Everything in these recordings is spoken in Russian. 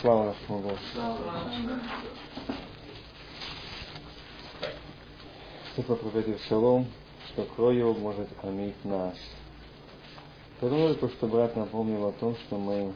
Слава нашему Господу. Ты проповедуй Шалом, что кровь его может омить нас. Потому что брат напомнил о том, что мы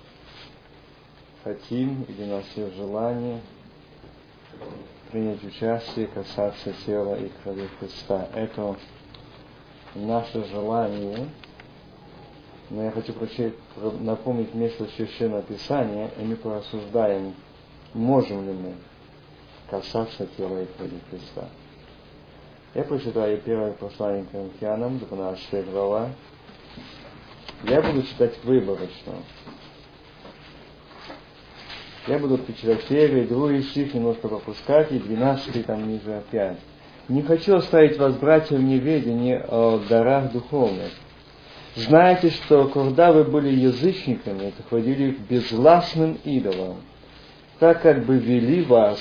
хотим, или у нас есть желание принять участие, касаться тела и крови Христа. Это наше желание. Но я хочу напомнить место Священного Писания, и мы порассуждаем, можем ли мы касаться тела и крови Христа. Я прочитаю первое послание к Коринфянам, 12 глава. Я буду читать выборочно. Я буду читать первый, другой стих, немножко пропускать, и 12 там ниже опять. Не хочу оставить вас, братья, в неведении о дарах духовных. Знаете, что когда вы были язычниками, то ходили к безвластным идолам, так как бы вели вас.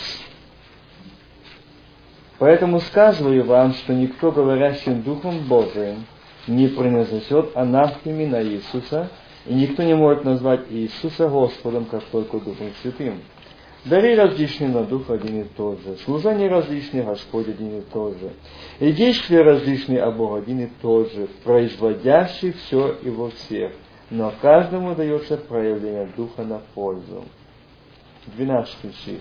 Поэтому сказываю вам, что никто, говорящим Духом Божиим, не произнесет анафеме на Иисуса, и никто не может назвать Иисуса Господом, как только Духом Святым. Дары различные, но Дух один и тот же. Служения различные, Господь один и тот же. И действия различные, а Бог один и тот же, производящий все и во всех. Но каждому дается проявление Духа на пользу. 12 стих.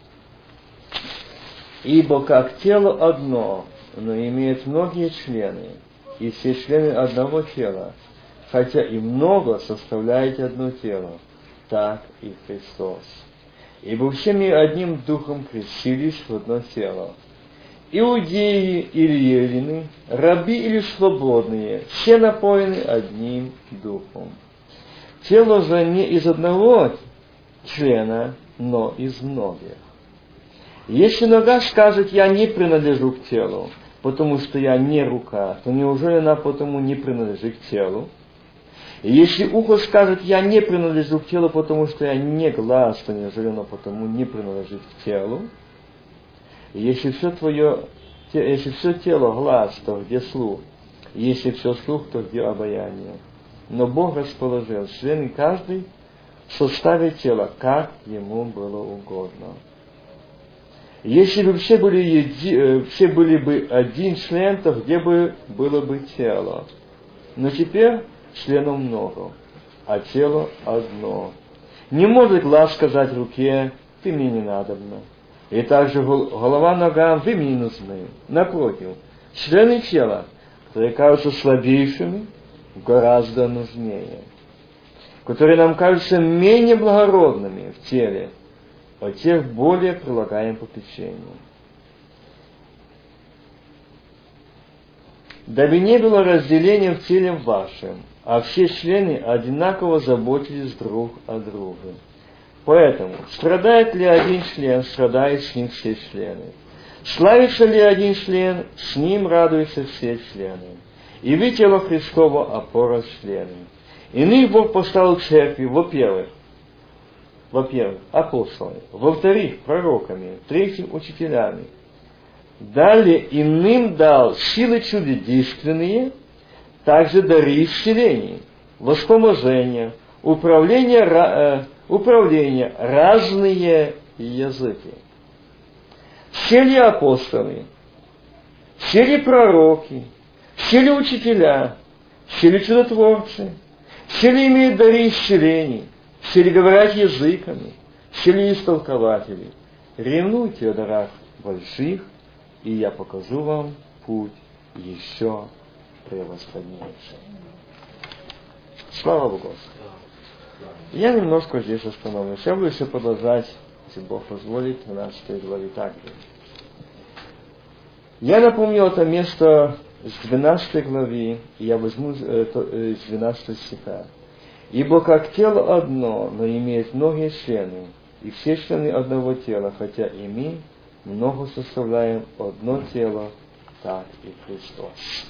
Ибо как тело одно, но имеет многие члены, и все члены одного тела, хотя и много составляете одно тело, так и Христос. Ибо всеми одним духом крестились в одно тело. Иудеи или елены, раби или свободные, все напоены одним духом. Тело же не из одного члена, но из многих. Если нога скажет, я не принадлежу к телу, потому что я не рука, то неужели она потому не принадлежит к телу? И если ухо скажет, я не принадлежу к телу, потому что я не глаз, то неужели оно потому не принадлежит к телу? И если все тело глаз, то где слух? И если все слух, то где обаяние? Но Бог расположил члены каждый в составе тела, как ему было угодно. Если бы все были бы один член, то где бы было бы тело? Но теперь членов много, а тело одно. Не может глаз сказать руке, ты мне не надобна. И также голова ногам, вы мне не нужны. Напротив, члены тела, которые кажутся слабейшими, гораздо нужнее. Которые нам кажутся менее благородными в теле, о тех более прилагаем попечению. Дабы не было разделения в теле вашем, а все члены одинаково заботились друг о друге. Поэтому, страдает ли один член, страдают с ним все члены. Славится ли один член, с ним радуются все члены. И вы, тело Христово, опора члены. Иных Бог поставил церкви, во-первых, апостолами, во-вторых, пророками, в-третьих, учителями. Далее иным дал силы чудодейственные, также дары исцелений, воспоможения, управления, разные языки. Все ли апостолы, все ли пророки, все ли учителя, все ли чудотворцы, все ли имеют дары исцелений, все ли говорят языками, все ли истолкователи. Ревнуйте о дарах больших, и я покажу вам путь еще превосходнейший. Слава Богу. Я немножко здесь остановлюсь. Я буду еще продолжать, если Бог позволит, в 12 главе также. Я напомню это место с 12 главы, и я возьму с 12 стиха. Ибо как тело одно, но имеет многие члены, и все члены одного тела, хотя и мы много составляем одно тело, так и Христос.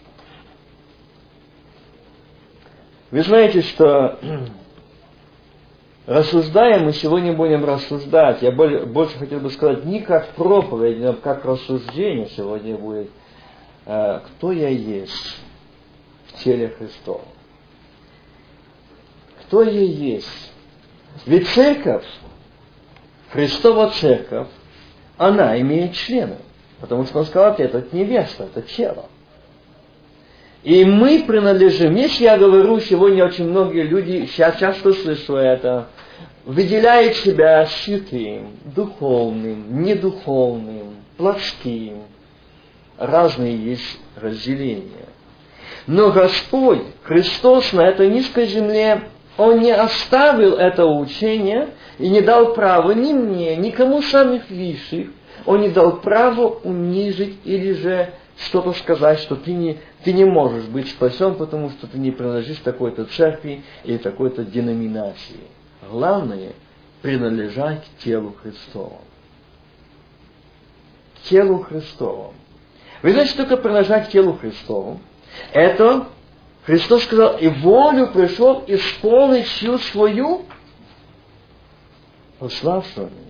Вы знаете, что рассуждая, мы сегодня будем рассуждать, я больше хотел бы сказать, не как проповедь, но как рассуждение сегодня будет, кто я есть в теле Христова. Кто я есть? Ведь церковь Христова церковь, она имеет члены. Потому что он сказал, это невеста, это тело. И мы принадлежим. Если я говорю, сегодня очень многие люди, сейчас часто слышу это, выделяют себя святым, духовным, недуховным, плотским. Разные есть разделения. Но Господь, Христос на этой низкой земле, Он не оставил это учение и не дал права ни мне, никому самых высших. Он не дал права унизить или же что-то сказать, что ты не можешь быть спасен, потому что ты не принадлежишь такой-то церкви или такой-то деноминации. Главное – принадлежать к телу Христову. К телу Христову. Вы знаете, что такое принадлежать к телу Христову? Это Христос сказал, и волю пришел исполнить всю свою, пославшую меня.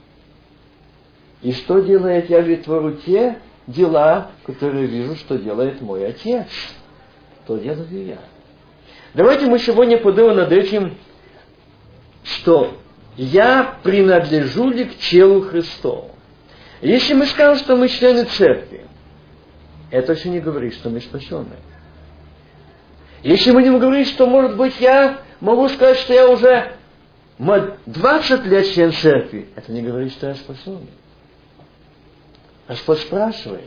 И что делает? Я ведь творю те дела, которые вижу, что делает мой Отец. То делаю я. Давайте мы сегодня подумаем над этим, что я принадлежу ли к телу Христову. Если мы скажем, что мы члены церкви, это еще не говорит, что мы спасенные. Если мы не говорим, что, может быть, я могу сказать, что я уже 20 лет член церкви, это не говорит, что я спасенный. Господь спрашивает,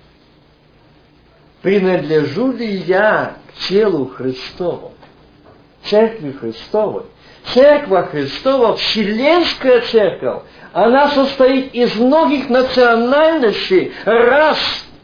принадлежу ли я к телу Христову, церкви Христовой. Церковь Христова, вселенская церковь, она состоит из многих национальностей, рас,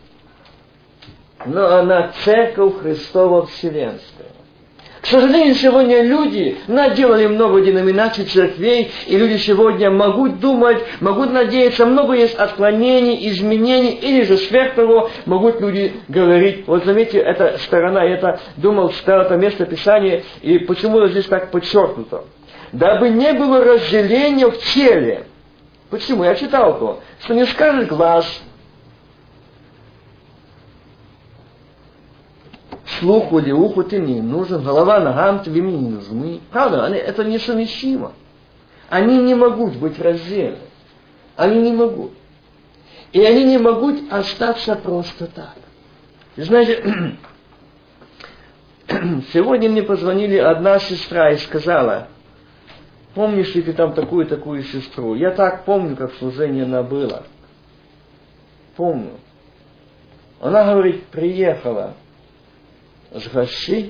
но она церковь Христова вселенская. К сожалению, сегодня люди наделали много деноминаций, церквей, и люди сегодня могут думать, могут надеяться, много есть отклонений, изменений, или же сверх того могут люди говорить. Вот заметьте, эта сторона, я это думал, читал это место Писания, и почему здесь так подчеркнуто. Дабы не было разделения в теле. Почему? Я читал то, что не скажет глаз, слуху или уху ты мне не нужен, голова ногам тебе мне не нужны. Правда, это несовместимо. Они не могут быть разделены. Они не могут. И они не могут остаться просто так. И знаете, сегодня мне позвонили одна сестра и сказала, помнишь ли ты там такую-такую сестру? Я так помню, как служение она была. Помню. Она говорит, приехала с России,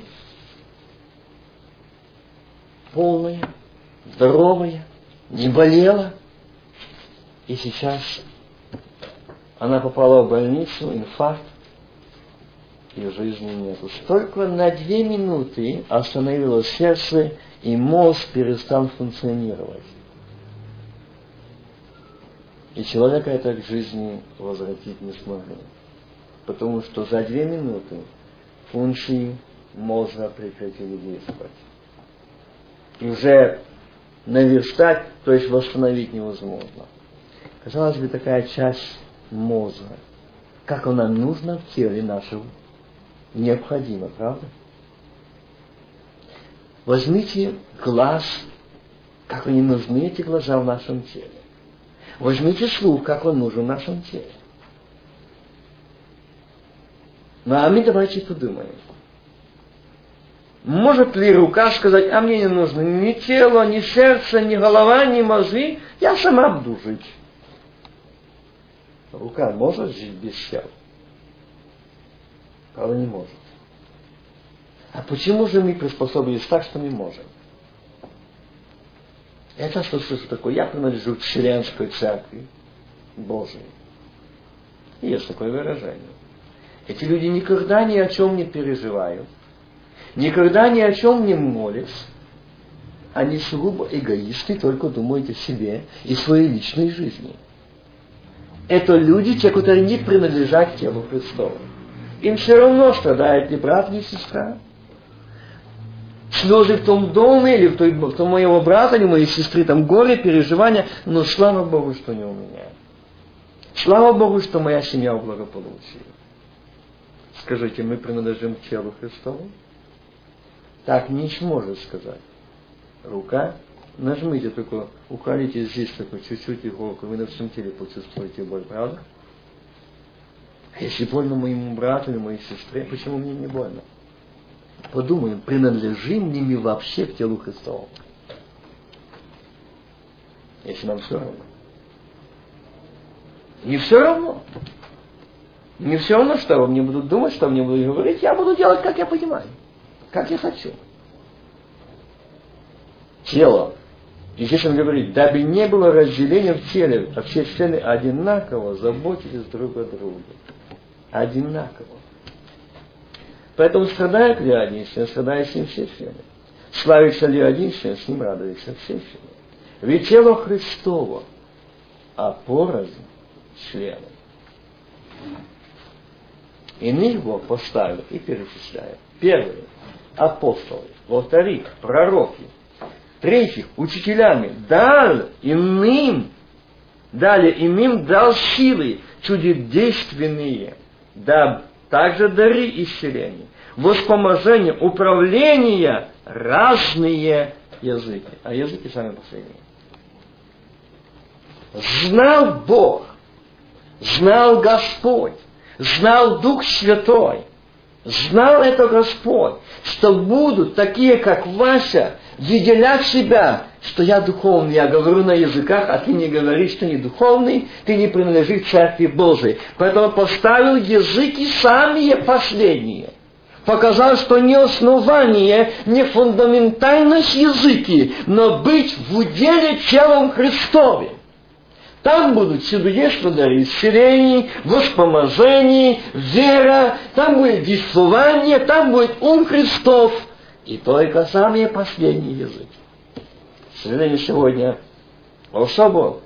полная, здоровая, не болела. И сейчас она попала в больницу, инфаркт, и жизни нету. Только на 2 минуты остановилось сердце, и мозг перестал функционировать. И человека это к жизни возвратить не смогли. Потому что за 2 минуты функции мозга прекратили действовать. И уже наверстать, то есть восстановить невозможно. Казалось бы, такая часть мозга, как она нужна в теле нашего, необходима, правда? Возьмите глаз, как они нужны, эти глаза в нашем теле. Возьмите слух, как он нужен в нашем теле. Ну, а мы давайте подумаем. Может ли рука сказать, а мне не нужно ни тело, ни сердце, ни голова, ни мозги, я сама буду жить. Рука может жить без тела? Правда, не может. А почему же мы приспособились так, что мы можем? Я часто слышу такое, я принадлежу к Вселенской Церкви Божией. Есть такое выражение. Эти люди никогда ни о чем не переживают, никогда ни о чем не молятся. Они сугубо эгоисты, только думают о себе и своей личной жизни. Это люди, те, которые не принадлежат к телу Христову. Им все равно, страдает ли брат, или сестра. Слезы в том доме, или в том моего брата, или моей сестры, там горе, переживания, но слава Богу, что не у меня. Слава Богу, что моя семья в благополучии. Скажите, мы принадлежим к телу Христову? Так не сможет сказать рука Нажмите только, уколите здесь только чуть-чуть иголку, вы на всем теле почувствуете боль, правда? Если больно моему брату или моей сестре, почему мне не больно? Подумаем, принадлежим ли мы вообще к телу Христову? Если нам все равно. Не все равно. Не все равно, что обо мне будут думать, что мне будут говорить, я буду делать, как я понимаю, как я хочу. Тело. И здесь он говорит, дабы не было разделения в теле, а все члены одинаково заботились друг о друге. Одинаково. Поэтому страдает ли один член, страдает с ним все члены. Славится ли один член, с ним радуется все члены. Ведь тело Христово, а порознь члены. Иных Бог поставил и перечисляет. Первые – апостолы. Во-вторых – пророки. В-третьих – учителями. Дали иным дал силы чудодейственные. Да, также дары исцеления, воспоможение, управления, разные языки. А языки сами последние. Знал Бог, знал Господь, знал Дух Святой, знал это Господь, что будут такие, как Вася, выделять себя, что я духовный, я говорю на языках, а ты не говоришь, что не духовный, ты не принадлежишь Церкви Божией. Поэтому поставил языки самые последние. Показал, что не основание, не фундаментальность языки, но быть в уделе телом Христовым. Там будут чудесные дары исцелений, воспоможений, вера, там будет действование, там будет ум Христов. И только самые последние языки. К сожалению, сегодня особо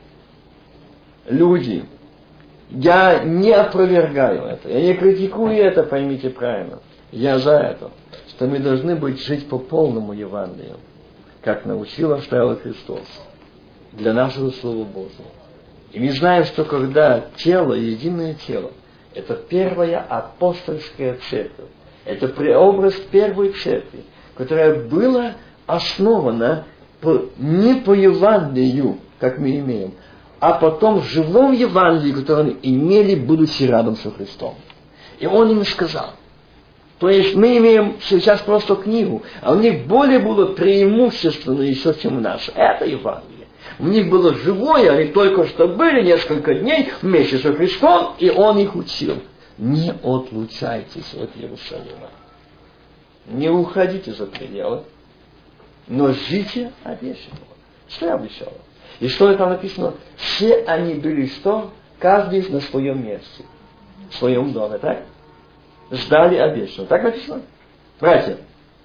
люди, я не опровергаю это, я не критикую это, поймите правильно. Я за это, что мы должны жить по полному Евангелию, как научил оставил Христос, для нашего Слова Божьего. И мы знаем, что когда тело, единое тело, это первая апостольская церковь, это преобраз первой церкви, которая была основана не по Евангелию, как мы имеем, а потом в живом Евангелии, которое они имели, будучи рядом со Христом. И он им сказал. То есть мы имеем сейчас просто книгу, а у них более было преимущественно еще, чем у нас. Это Евангелие. У них было живое, они только что были несколько дней вместе со Христом, и он их учил. Не отлучайтесь от Иерусалима. Не уходите за пределы, но ждите обещанного. Что я обещал? И что там написано? Все они были что? Каждый на своем месте. В своем доме, так? Ждали обещанного. Так написано? Братья.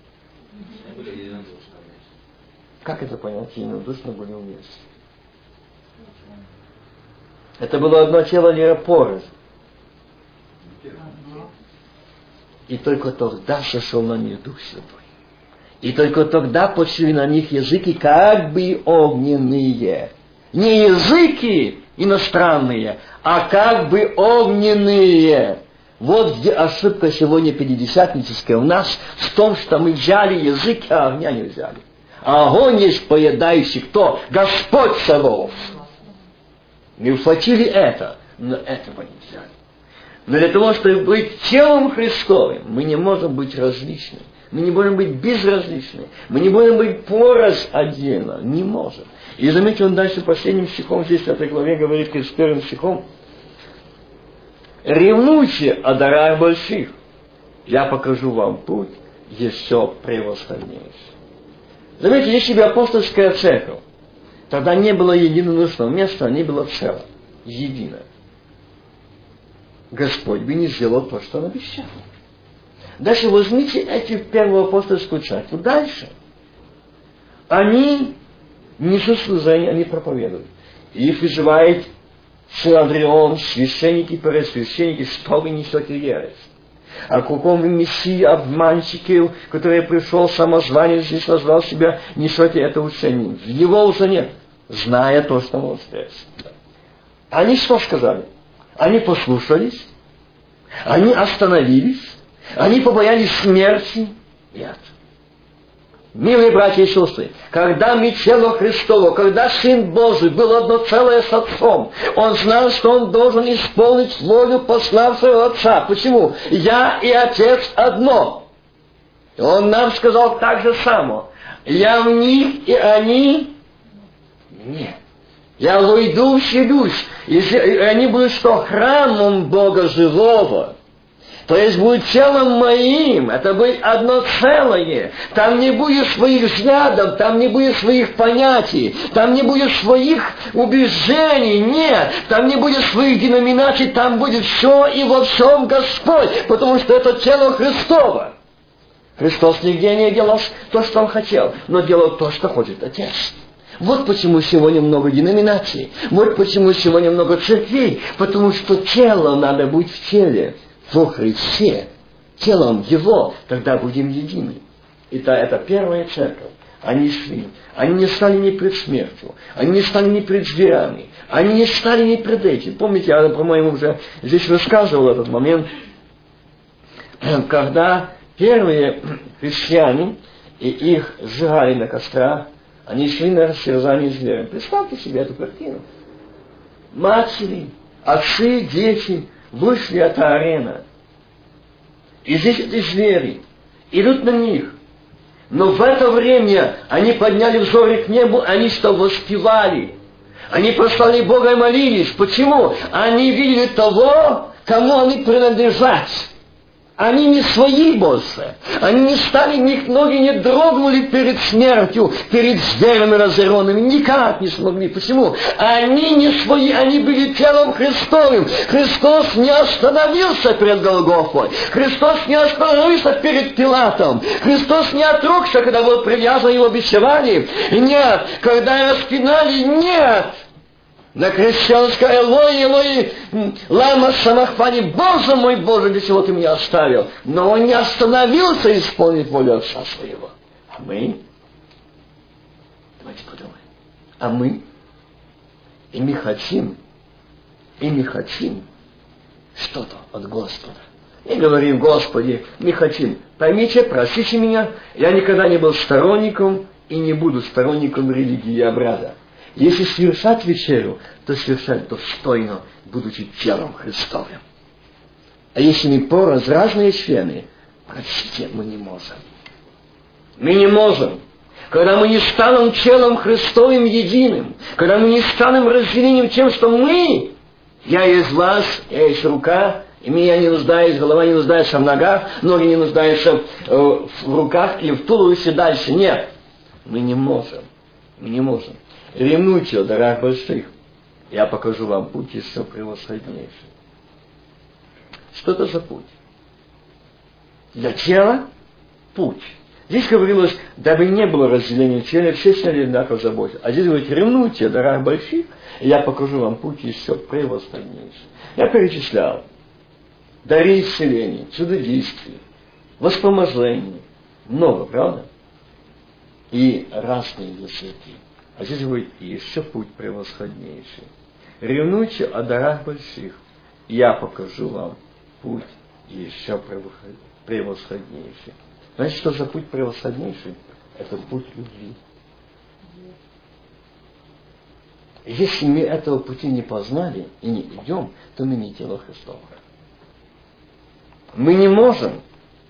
Как это понять? Единодушно были вместе. Это было одно тело Леопоры. И только тогда сошел на них Дух Святой. И только тогда пошли на них языки как бы огненные. Не языки иностранные, а как бы огненные. Вот где ошибка сегодня пятидесятническая у нас в том, что мы взяли язык, а огня не взяли. А огонь есть поедающий кто? Господь Саваоф. Мы ухватили это, но этого не взяли. Но для того, чтобы быть телом Христовым, мы не можем быть различны. Мы не можем быть безразличны. Мы не можем быть порознь отдельно. Не можем. И заметьте, он дальше последним стихом, здесь в этой главе говорит, 31 стихом, ревнуйте о дарах больших. Я покажу вам путь еще превосходнейший. Заметьте, если бы апостольская церковь, тогда не было единодушного места, а не было целое, единое. Господь бы не сделал то, что он обещал. Дальше возьмите эти первую апостольскую церковь. Дальше. Они несут служение, они проповедуют. Их вызывает Синодрион, священники, первосвященники, что вы несете ересь. О каком вы мессии, обманщике, который пришел, самозванец, здесь назвал себя, несете это учение. Его уже нет, зная то, что он здесь. Они что сказали? Они послушались, они остановились, они побоялись смерти. Нет. Милые братья и сестры, когда мы тело Христово, когда Сын Божий был одно целое с Отцом, Он знал, что Он должен исполнить волю пославшего Отца. Почему? Я и Отец одно. И Он нам сказал так же само. Я в них, и они нет. Я войду, вселюсь, и они будут что? Храмом Бога живого. То есть будет телом моим, это будет одно целое. Там не будет своих взглядов, там не будет своих понятий, там не будет своих убеждений, нет. Там не будет своих деноминаций, там будет все и во всем Господь, потому что это тело Христово. Христос нигде не делал то, что Он хотел, но делал то, что хочет Отец. Вот почему сегодня много деноминаций, вот почему сегодня много церквей, потому что тело надо быть в теле. Во Христе, телом Его, тогда будем едины. Это первая церковь. Они шли. Они не стали ни пред смертью. Они не стали ни пред зверями. Они не стали ни пред этим. Помните, я, по-моему, уже здесь рассказывал этот момент, когда первые христиане и их сжигали на кострах, они шли на растерзание зверя. Представьте себе эту картину. Матери, отцы, дети вышли от арены. И здесь эти звери идут на них. Но в это время они подняли взоры к небу, они что, воспевали. Они прославили Бога и молились. Почему? Они видели того, кому они принадлежат. Они не свои больше. Они не стали, их ноги не дрогнули перед смертью, перед зверями разъяренными. Никак не смогли. Почему? Они не свои, они были телом Христовым. Христос не остановился перед Голгофой. Христос не остановился перед Пилатом. Христос не отрекся, когда был привязан его бичевали. Нет. Когда распинали, нет. На крещенской Элой, Элой, лама самахвани, Боже, для чего ты меня оставил? Но он не остановился исполнить волю Отца своего. А мы? Давайте подумаем. А мы? И мы хотим что-то от Господа. И говорим: Господи, мы хотим. Поймите, простите меня, я никогда не был сторонником и не буду сторонником религии и обряда. Если совершать вечерю, то совершать достойно, будучи телом Христовым. А если мы порознь разные члены, простите, мы не можем. Мы не можем. Когда мы не станем телом Христовым единым, когда мы не станем разделением тем, что мы, я есть глаз, я есть рука, и меня не нуждается, голова не нуждается в ногах, ноги не нуждаются в руках или в туловище дальше. Нет, мы не можем. Мы не можем. Ревнуйте о дарах больших. Я покажу вам путь еще превосходнейший. Что это за путь? Для тела путь. Здесь говорилось, дабы не было разделения тела, все члены одинаково заботятся. А здесь говорит: ревнуйте о дарах больших, и я покажу вам путь еще превосходнейший. Я перечислял дары исцеления, чудодействия, воспоможения. Много, правда? И разные высоты. А здесь говорит: еще путь превосходнейший. Ревнуйте о дарах больших, я покажу вам путь еще превосходнейший. Знаете, что за путь превосходнейший? Это путь любви. Если мы этого пути не познали и не идем, то мы не тело Христово. Мы не можем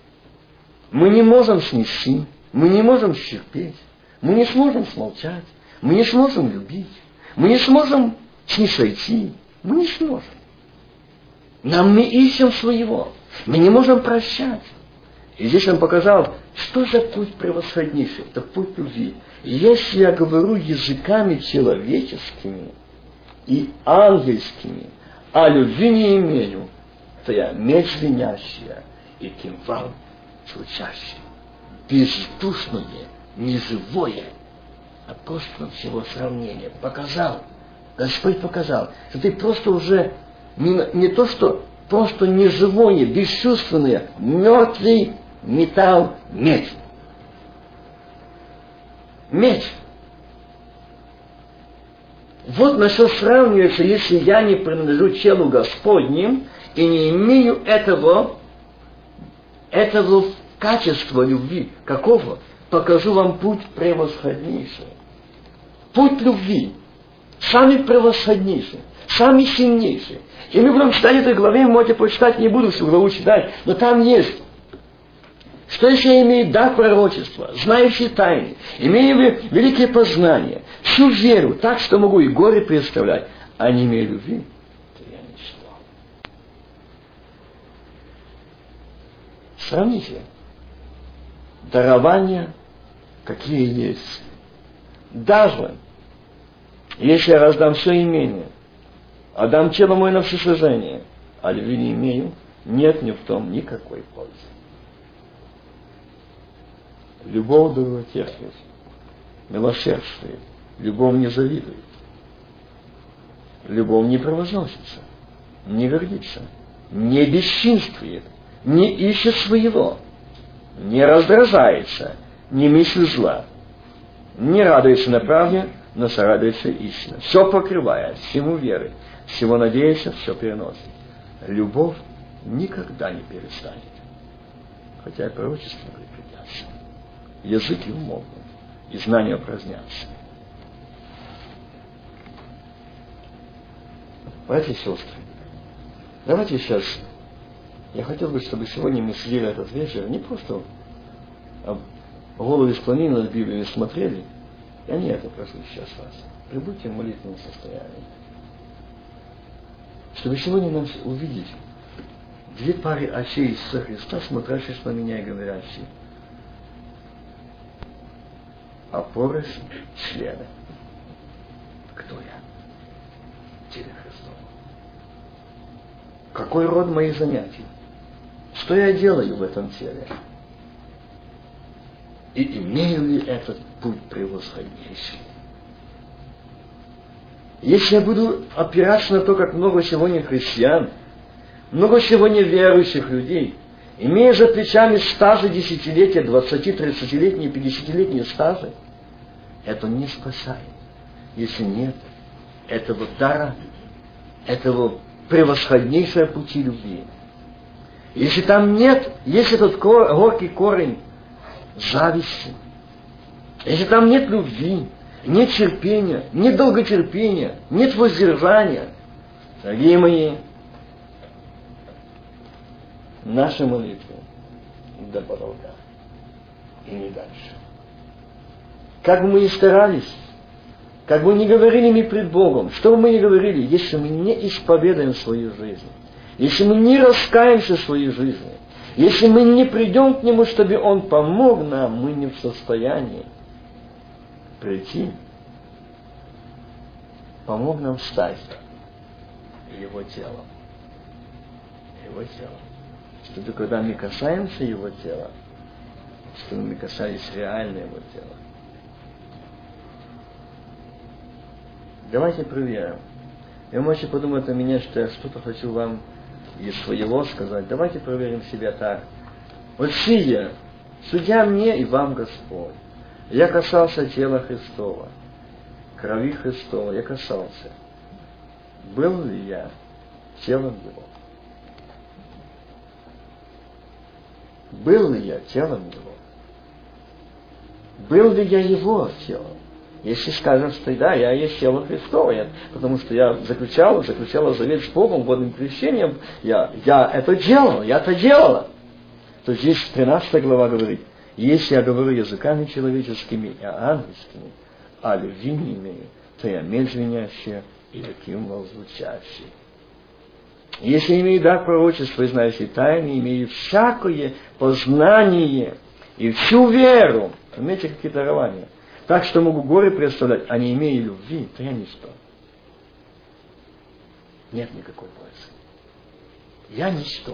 снести, мы не можем терпеть, мы не сможем смолчать, мы не сможем любить, мы не сможем снисхойти, мы не сможем. Нам мы ищем своего, мы не можем прощать. И здесь он показал, что за путь превосходнейший, это путь любви. И если я говорю языками человеческими и ангельскими, а любви не имею, то я меч звенящая и кимвал звучащий. Бездушное, неживое, апостолом всего сравнения показал, Господь показал, что ты просто уже не то, что просто неживое, бесчувственное, мертвый металл, медь. Медь. Вот на что сравнивается, если я не принадлежу телу Господним и не имею этого качества любви. Какого? покажу вам путь превосходнейший. Путь любви. Самый превосходнейший. Самый сильнейший. И мы будем читать этой главе, можете прочитать, не буду всю главу читать, но там есть. Что если я имею дар пророчества, знающий тайны, имею великие познания, всю веру, так что могу и горе представлять, а не имею любви, то я ничто. Сравните дарования, какие есть. Даже если я раздам все имение, отдам тело мое на всесожжение, а любви не имею, нет ни в том никакой пользы. Любовь долготерпит, милосердствует, любовь не завидует, любовь не превозносится, не гордится, не бесчинствует, не ищет своего, не раздражается, не мыслит зла, не радуется на правде, но сорадуется истинно. Все покрывает, всему веры, всего надеется, все переносит. Любовь никогда не перестанет, хотя и пророчество прекратятся. Языки умолкнут, и знания упразднятся. Братья и сестры, давайте сейчас, я хотел бы, чтобы сегодня мы сидели этот вечер, не просто головы склонили над Библией и смотрели. Я не это прошу сейчас вас. Прибудьте в молитвенном состоянии. Чтобы сегодня нам увидеть две пары очей Иисуса Христа, смотрящие на меня и говорящие: опоры члена. Кто я? Теле Христово. Какой род моих занятий? Что я делаю в этом теле? И имею ли этот путь превосходнейший? Если я буду опираться на то, как много сегодня христиан, много сегодня верующих людей, имея за плечами стажи десятилетия, 20-30-летние, 50-летние стажи, это не спасает, если нет этого дара, этого превосходнейшего пути любви. Если там нет, если этот горький корень зависти, если там нет любви, нет терпения, нет долготерпения, нет воздержания, дорогие мои, наши молитвы до потолка и не дальше. Как бы мы ни старались, как бы ни говорили мы пред Богом, что бы мы ни говорили, если мы не исповедаем свою жизнь, если мы не раскаемся в своей жизни, если мы не придем к Нему, чтобы Он помог нам, мы не в состоянии прийти, помог нам стать Его телом. Его телом. Чтобы когда мы касаемся Его тела, чтобы мы касались реально Его тела. Давайте проверим. Вы можете подумать о меня, что я что-то хочу вам из своего сказать. Давайте проверим себя так. Вот сидя, судя мне и вам Господь, я касался тела Христова, крови Христова, я касался. Был ли я телом Его? Был ли я телом Его? Был ли я Его телом? Если скажем, что да, я есть тело Христово, потому что я заключала завет с Богом, водным крещением, я это делал, я это делала. То здесь 13 глава говорит: если я говорю языками человеческими и ангельскими, а любви не имею, то я меч звенящая и кимвол звучащий. Если имею дар пророчества и знающий тайны, имею всякое познание и всю веру, заметьте, какие дарования, так что могу горе представлять, а не имея любви, то я ничто. Нет никакой пользы. Я ничто.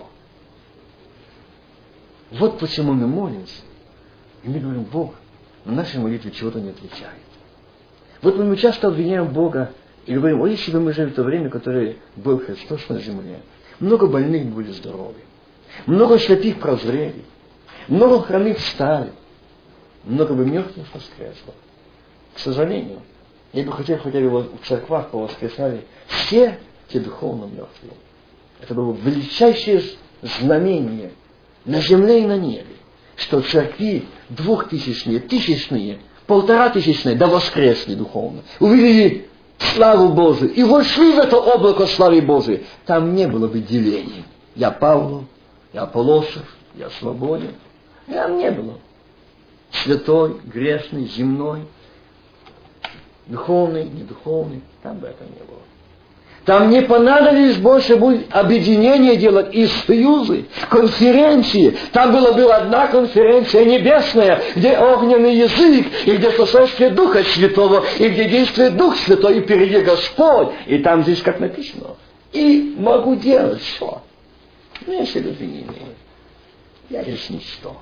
Вот почему мы молимся. И мы говорим: Бог, на нашей молитве чего-то не отвечает. Вот мы часто обвиняем Бога и говорим: о, если бы мы жили в то время, которое был Христос на земле, много больных были здоровы, много слепых прозрели, много хромых встали, много бы мертвых воскресло. К сожалению, я бы хотел, хотя бы в церквах повоскресали все те духовно мертвые. Это было величайшее знамение на земле и на небе. что церкви 2000-е, 1000-е, 1500-е, да воскресли духовно. Увидели славу Божию и вошли в это облако славы Божией. Там не было бы делений. Я Павлов, я Аполлосов, я свободен. Там не было. Святой, грешный, земной, духовный, недуховный. Там бы это не было. Там не понадобилось больше будет объединение делать и союзы, конференции. Там была бы одна конференция небесная, где огненный язык, и где сошествие Духа Святого, и где действует Дух Святой, и впереди Господь. И там здесь как написано. И могу делать все. Но если любви не имею, я есть ничто.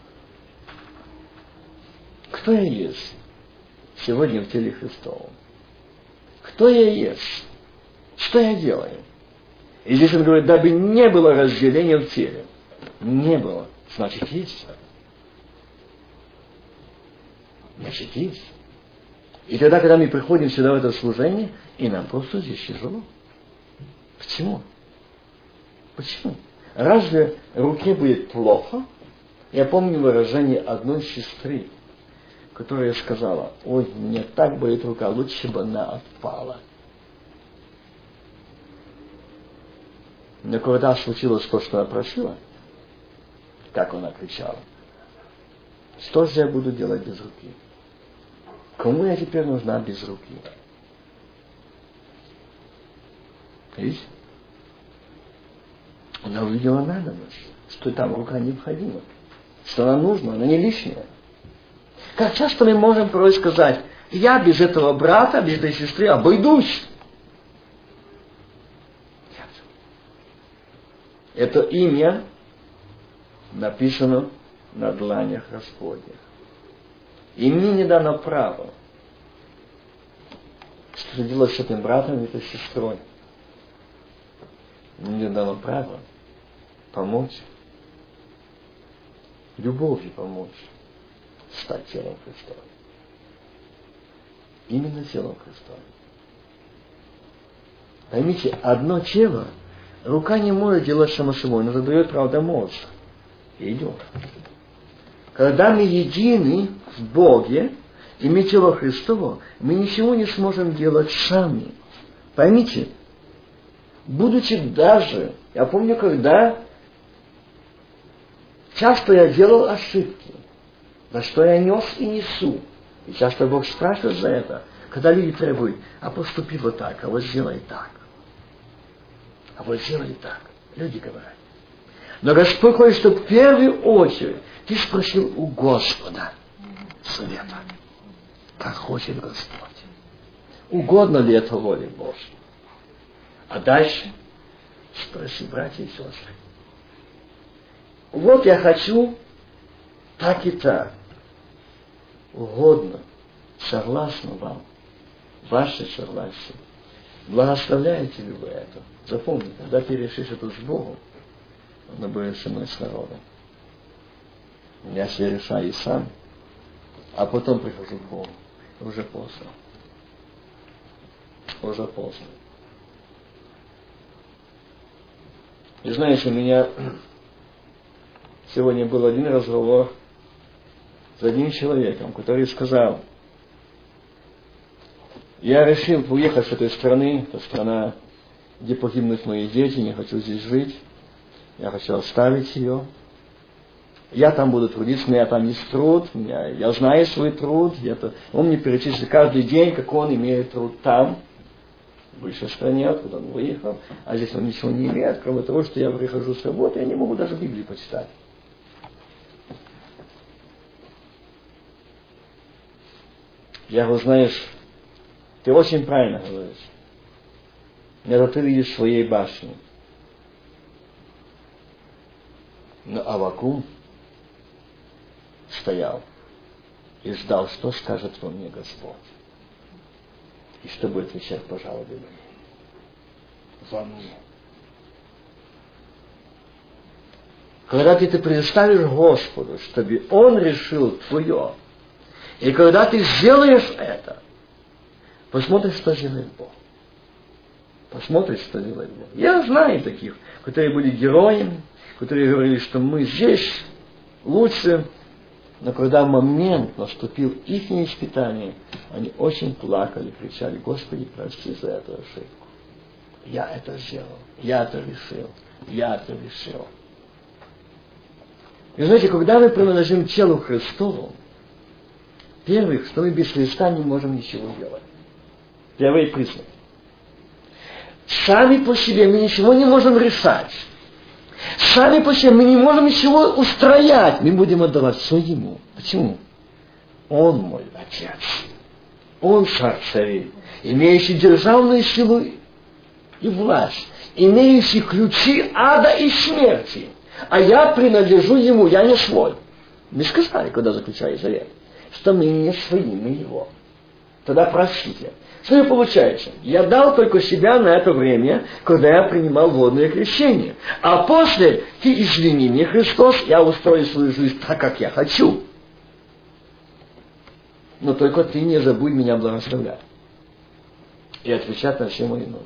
Кто я есть сегодня в теле Христовом? Кто я есть? Что я делаю? И здесь он говорит, дабы не было разделения в теле. Не было. Значит, есть. Значит, есть. И тогда, когда мы приходим сюда в это служение, и нам просто здесь тяжело. Почему? Почему? Разве руке будет плохо? Я помню выражение одной сестры, которая сказала, ой, мне так болит рука, лучше бы она отпала. Но когда случилось то, что она просила, как она кричала, что же я буду делать без руки? Кому я теперь нужна без руки? Видите? Она увидела надобность, что там рука необходима, что она нужна, она не лишняя. Как часто мы можем порой сказать, я без этого брата, без этой сестры обойдусь. Это имя написано на дланях Господних. И мне не дано право, что делать с этим братом и этой сестрой. Мне не дано право помочь, любовью помочь стать телом Христовым. Именно телом Христовым. Поймите, одно тело рука не может делать само собой, но задает, правда, мозг. И идет. Когда мы едины в Боге, и мы тело Христово, мы ничего не сможем делать сами. Поймите, будучи даже, я помню, когда часто я делал ошибки, за что я нес и несу. И часто Бог спрашивает за это, когда люди требуют, а поступи вот так, а вот сделай так. А вот сделай так. Люди говорят. Но Господь хочет, чтобы в первую очередь ты спросил у Господа совета. Как хочет Господь. Угодно ли это воле Божьей? А дальше спроси, братья и сестры. Вот я хочу так и так. Угодно. Согласно вам. Ваше согласие. Благословляете ли вы это? Запомни, когда ты решишь это с Богом, Он будет со мной с народом. Я все решаю сам, а потом прихожу к Богу. Уже поздно. Уже поздно. И знаете, у меня сегодня был один разговор с одним человеком, который сказал, я решил уехать с этой страны, это страна, где погибнут мои дети, не хочу здесь жить, я хочу оставить ее. Я там буду трудиться, у меня там есть труд, я знаю свой труд, он мне перечислит каждый день, как он имеет труд там, в бывшей стране, откуда он выехал, а здесь он ничего не имеет, кроме того, что я прихожу с работы, я не могу даже Библию почитать. Я говорю, знаешь, ты очень правильно говоришь. Это ты видишь в своей башне. Но Аввакум стоял и ждал, что скажет во мне Господь. И что будет отвечать по жалобе мне. Во мне. Когда ты это предоставишь Господу, чтобы Он решил твое, и когда ты сделаешь это, посмотришь, что делает Бог. Посмотришь, что делает Бог. Я знаю таких, которые были героями, которые говорили, что мы здесь лучше. Но когда момент наступил их испытание, они очень плакали, кричали: Господи, прости за эту ошибку. Я это сделал, я это решил, я это решил. И знаете, когда мы принадлежим телу Христову, первых, что мы без Христа не можем ничего делать. Первый признак. Сами по себе мы ничего не можем решать. Сами по себе мы не можем ничего устроять. Мы будем отдавать все Ему. Почему? Он мой Отец. Он царь царей, имеющий державную силу и власть, имеющий ключи ада и смерти. А я принадлежу Ему, я не свой. Мы сказали, когда заключали завет, что мы не свои, мы Его. Тогда простите. Что же получается? Я дал только себя на это время, когда я принимал водное крещение. А после, ты извини мне, Христос, я устрою свою жизнь так, как я хочу. Но только ты не забудь меня благословлять. И отвечать на все мои нужды.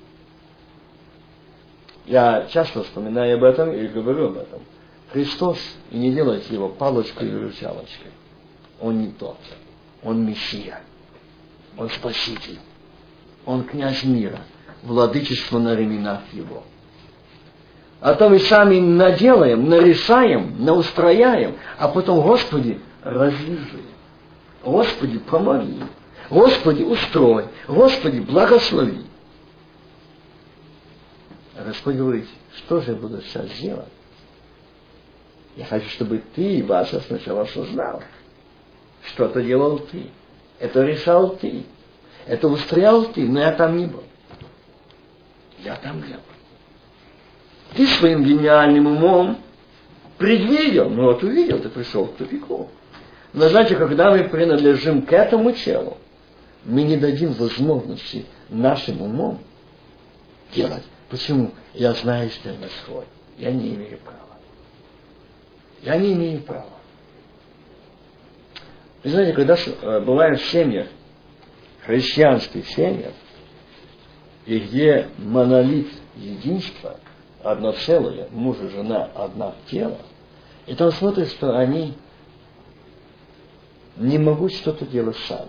Я часто вспоминаю об этом и говорю об этом. Христос, и не делайте его палочкой и ручалочкой. Он не тот. Он Мессия. Он Спаситель. Он князь мира. Владычество на ременах его. А то мы сами наделаем, нарешаем, наустрояем, а потом: Господи, развяжи. Господи, помоги. Господи, устрой. Господи, благослови. А Господь говорит: что же я буду сейчас делать? Я хочу, чтобы ты, Вася, сначала осознал, что это делал ты. Это решал ты. Это устроял ты, но я там не был. Я там не был. Ты своим гениальным умом предвидел, но вот увидел, ты пришел к тупику. Но знаете, когда мы принадлежим к этому телу, мы не дадим возможности нашим умом делать. Почему? Я знаю, что я не свой. Я не имею права. Я не имею права. Вы знаете, когда бывает в семьях, христианских семьях, и где монолит единства, одно целое, муж и жена, одно тело, и там смотрят, что они не могут что-то делать сами.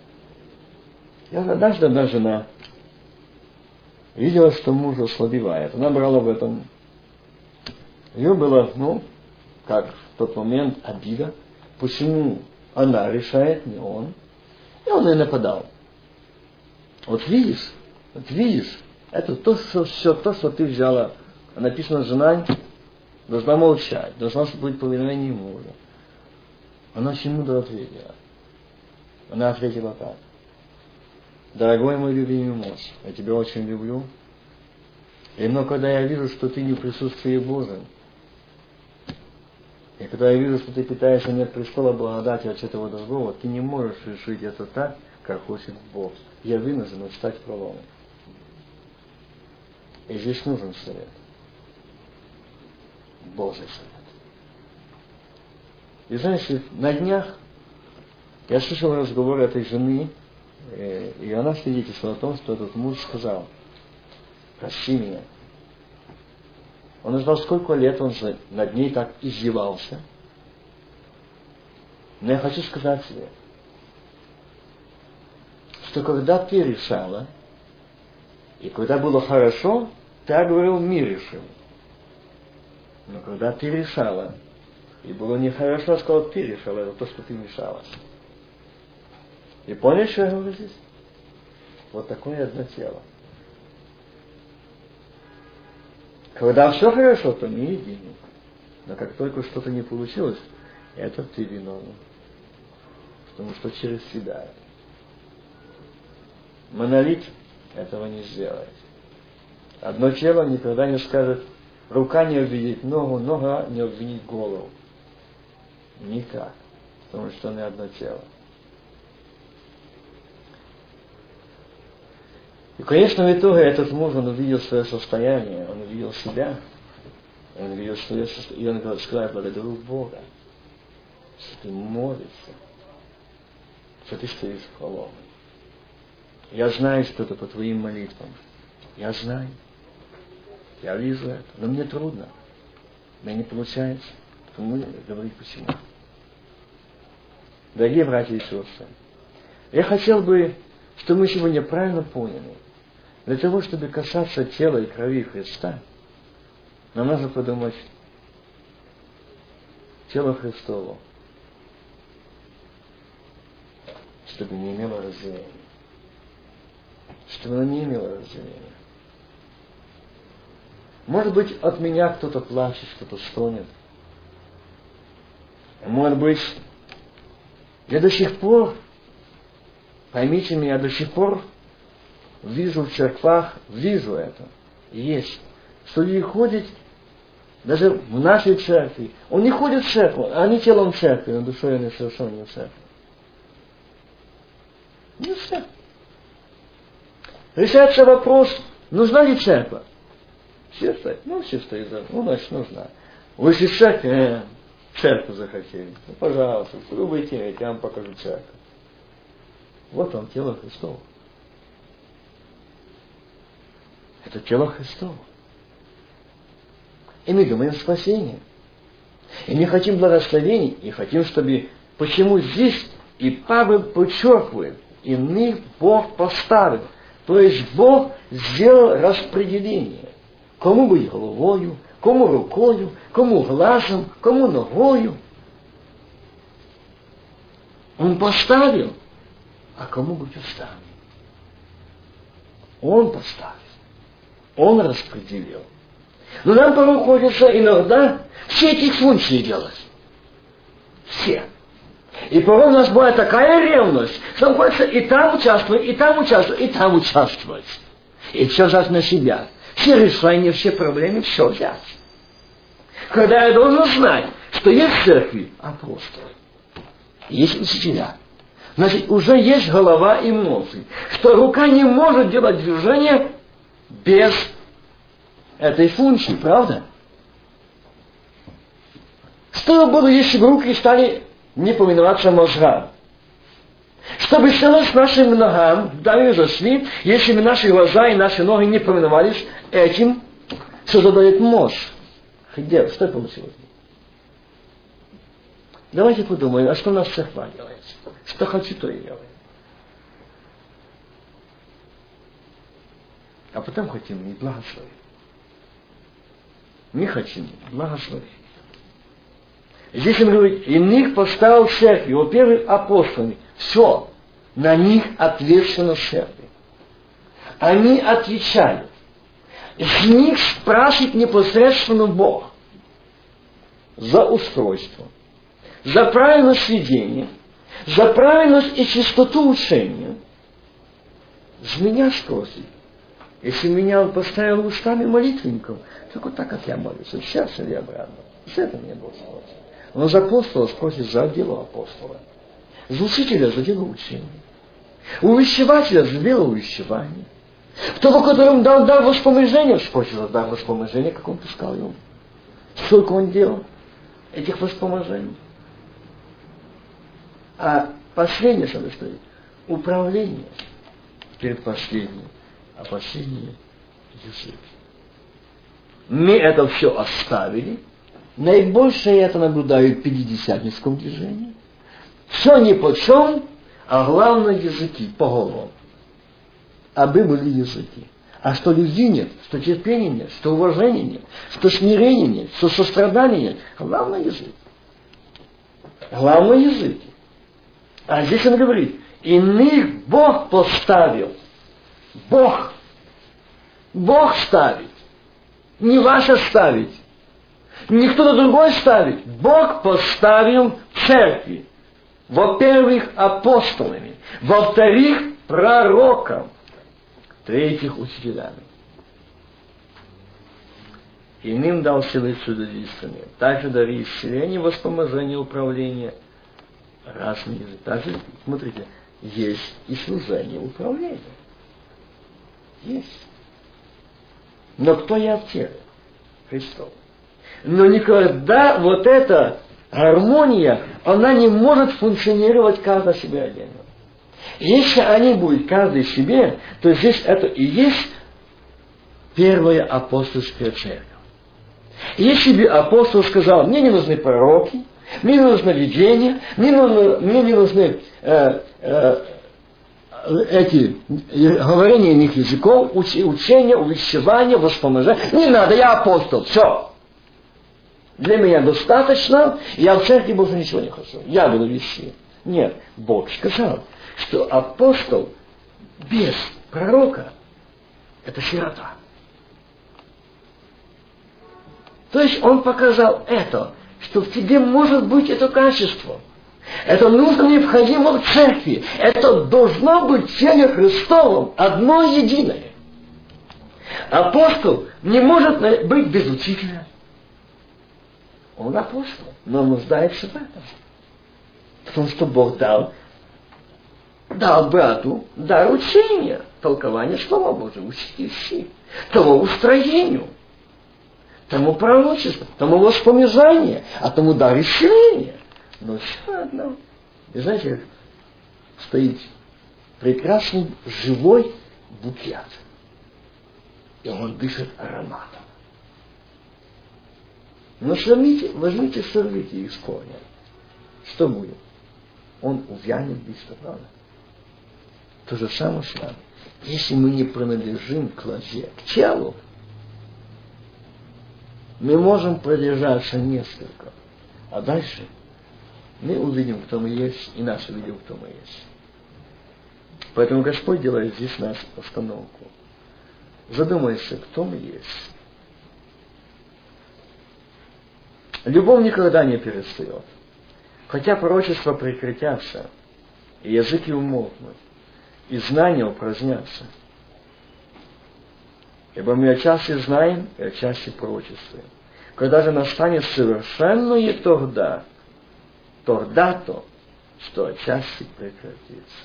Я однажды одна жена видела, что муж ослабевает. Она брала в этом. Ее было, как в тот момент, обида. Почему она решает, не он? И он и нападал. Вот видишь, это все то, что ты взяла. Написано: жена должна молчать, должна быть повиновение мужа. Она чему-то ответила. Она ответила так: дорогой мой любимый муж, я тебя очень люблю. Но когда я вижу, что ты не в присутствии Божьем, и когда я вижу, что ты питаешься не от престола благодати, а от чего-то другого, ты не можешь решить это так, как хочет Бог. Я вынужден встать в пролом. И здесь нужен совет. Божий совет. И знаете, на днях я слышал разговор этой жены, и она свидетельствовала о том, что этот муж сказал: прости меня. Он ждал, сколько лет он над ней так издевался. Но я хочу сказать тебе, что когда ты решала, и когда было хорошо, ты говорил: мир решил. Но когда ты решала, и было нехорошо, сказал: ты решала, это то, что ты мешалась. И поняли, что я говорю здесь? Вот такое одно тело. Когда все хорошо, то не единый. Но как только что-то не получилось, это ты виновен. Потому что через себя. Монолит этого не сделает. Одно тело никогда не скажет: рука не обвинит ногу, нога не обвинит голову. Никак. Потому что не одно тело. И, конечно, в итоге этот муж, он увидел свое состояние, он увидел себя, он увидел свое состояние, и он сказал: благодарю Бога, что ты молишься, что ты стоишь в проломе. Я знаю, что это по твоим молитвам. Я знаю. Я вижу это. Но мне трудно. Мне не получается. Мы говорим почему. Дорогие братья и сестры, я хотел бы, чтобы мы сегодня правильно поняли, для того, чтобы касаться тела и крови Христа, нам нужно подумать тело Христово, чтобы не имело разделения. Чтобы оно не имело разделения. Может быть, от меня кто-то плачет, кто-то стонет. Может быть, я до сих пор, поймите меня, до сих пор вижу в церквах, вижу это, есть, что люди ходят, даже в нашей церкви, он не ходит в церковь, они телом церкви, но душой они совершенно не в церкви. Не все. Решается вопрос, нужна ли церковь? Все стоят, все стоят, значит нужна. Вы из церкви, церковь захотели, пожалуйста, вы будете, я вам покажу церковь. Вот вам тело Христово. Это тело Христово. И мы думаем спасение. И мы хотим благословений, и хотим, чтобы... Почему здесь и Павел подчеркивает, иных Бог поставил. То есть Бог сделал распределение. Кому быть головою, кому рукою, кому глазом, кому ногою. Он поставил, а кому быть устами. Он поставил. Он распределил. Но нам порой приходится иногда все эти функции делать. Все. И порой у нас бывает такая ревность, что нам хочется и там участвовать, и там участвовать, и там участвовать. И все взять на себя. Все решения, все проблемы, все взять. Когда я должен знать, что есть в церкви апостолы, есть учителя, значит, уже есть голова и ноги, что рука не может делать движение без этой функции, правда? Что было, если бы руки стали не повиноваться мозгам? Что бы стало с нашими ногами, куда мы зашли, если бы наши глаза и наши ноги не повиновались этим, что задает мозг? Где? Что получилось? Давайте подумаем, а что у нас церква делает? Что хочу, то и делаем. А потом хотим и благословить. Мы хотим благословить. Здесь он говорит, иных поставил в церкви, во-первых, апостолами. Все, на них ответственность церкви. Они отвечают. С них спрашивает непосредственно Бог за устройство, за правильность сведения, за правильность и чистоту учения. С меня спросит. Если меня он поставил устами молитвенников, только так, как я молюсь, от сердца или обратно. С этого мне Бог спросит. Но за апостола спросит за дело апостола. За учителя за дело учения. У увещевателя за дело увещевания. Того, которому дал дар воспоминания, спросит за дар воспоминания, как он пускал ему. Сколько он делал этих воспоминаний. А последнее, что стоит, управление перед последним, а последнее язык. Мы это все оставили. Наибольшее я это наблюдаю в пятидесятническом движении. Все ни по чем, а главное языки по головам. Абы были языки. А что любви нет, что терпения нет, что уважения нет, что смирения нет, что сострадания нет. Главное язык. Главное язык. А здесь он говорит, иных Бог поставил. Бог. Бог ставит. Не ваше ставить. Не кто-то другой ставит. Бог поставил в церкви. Во-первых, апостолами. Во-вторых, пророком. В-третьих, учителями. Иным дал силы чудодействия. Также дары исцеления, воспоможения, управления. Разные языки. Также, смотрите, есть и служение управления. Есть. Но кто я в теле? Христос. Но никогда вот эта гармония, она не может функционировать каждый себе отдельно. Если они будут каждый себе, то здесь это и есть первая апостольская церковь. Если бы апостол сказал, мне не нужны пророки, мне не нужно видение, мне не нужны эти говорения иных языков, учения, увещевания, воспоминания. Не надо, я апостол, все. Для меня достаточно, я в церкви больше ничего не хочу. Я буду вести. Нет, Бог сказал, что апостол без пророка – это сирота. То есть он показал это, что в тебе может быть это качество. Это нужно, необходимо в церкви. Это должно быть в теле Христовом одно единое. Апостол не может быть без учителя. Он апостол, но нуждается в этом. Потому что Бог дал брату дар учения, толкование Слова Божьего, учить, того устроению, тому пророчеству, тому воспоминанию, а тому дар исцеления. Но все одно. И знаете, как стоит прекрасный живой букет. И он дышит ароматом. Но возьмите, сорвите их с корня. Что будет? Он увянет быстро, правда? То же самое с нами. Если мы не принадлежим к лозе, к телу, мы можем продержаться несколько. А дальше мы увидим, кто мы есть, и нас увидим, кто мы есть. Поэтому Господь делает здесь нас остановку. Задумайся, кто мы есть. Любовь никогда не перестает. Хотя пророчества прекратятся, и языки умолкнут, и знания упразднятся. Ибо мы отчасти знаем, и отчасти пророчествуем. Когда же настанет совершенное тогда-то, что отчасти прекратится.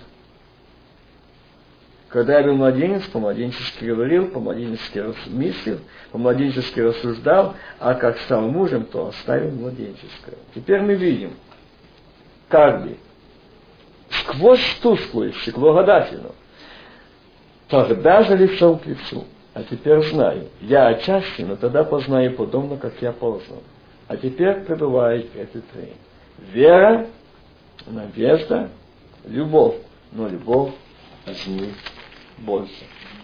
Когда я был младенец, по-младенчески говорил, по-младенчески мыслил, по-младенчески рассуждал, а как стал мужем, то оставил младенческое. Теперь мы видим, как бы, сквозь тусклое стекло гадательно, тогда же лицом к лицу. А теперь знаю, я отчасти, но тогда познаю подобно, как я познал. А теперь пребывают эти три. Вера, надежда, любовь. Но любовь из них больше.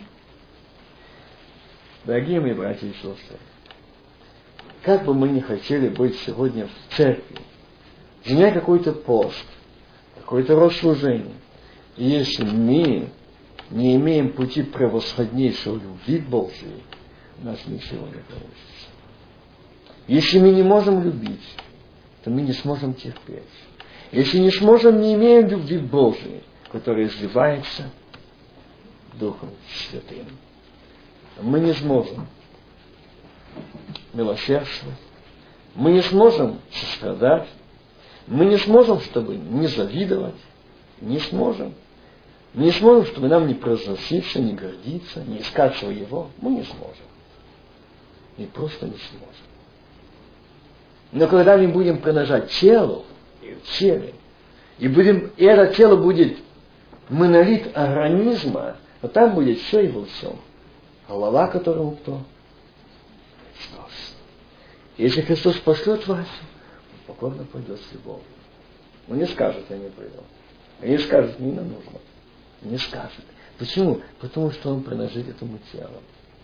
Дорогие мои братья и сестры, как бы мы ни хотели быть сегодня в церкви, занять какой-то пост, какой-то род служения, и если мы не имеем пути превосходнейшего любви Божьей, у нас ничего не получится. Если мы не можем любить, то мы не сможем терпеть. Если не имеем любви Божьей, которая изливается Духом Святым, мы не сможем милосердствовать, мы не сможем сострадать, мы не сможем, чтобы не завидовать, не сможем, чтобы нам не произноситься, не гордиться, не искать своего, мы не сможем. Мы просто не сможем. Но когда мы будем принадлежать телу и в теле, и это тело будет монолит организма, но там будет все и во всем. Голова которого кто? Христос. Если Христос пошлет вас, он покорно пойдет с любовью. Он не скажет, я не пойду. Он не скажет, мне не нужно. Не скажет. Почему? Потому что он принадлежит этому телу.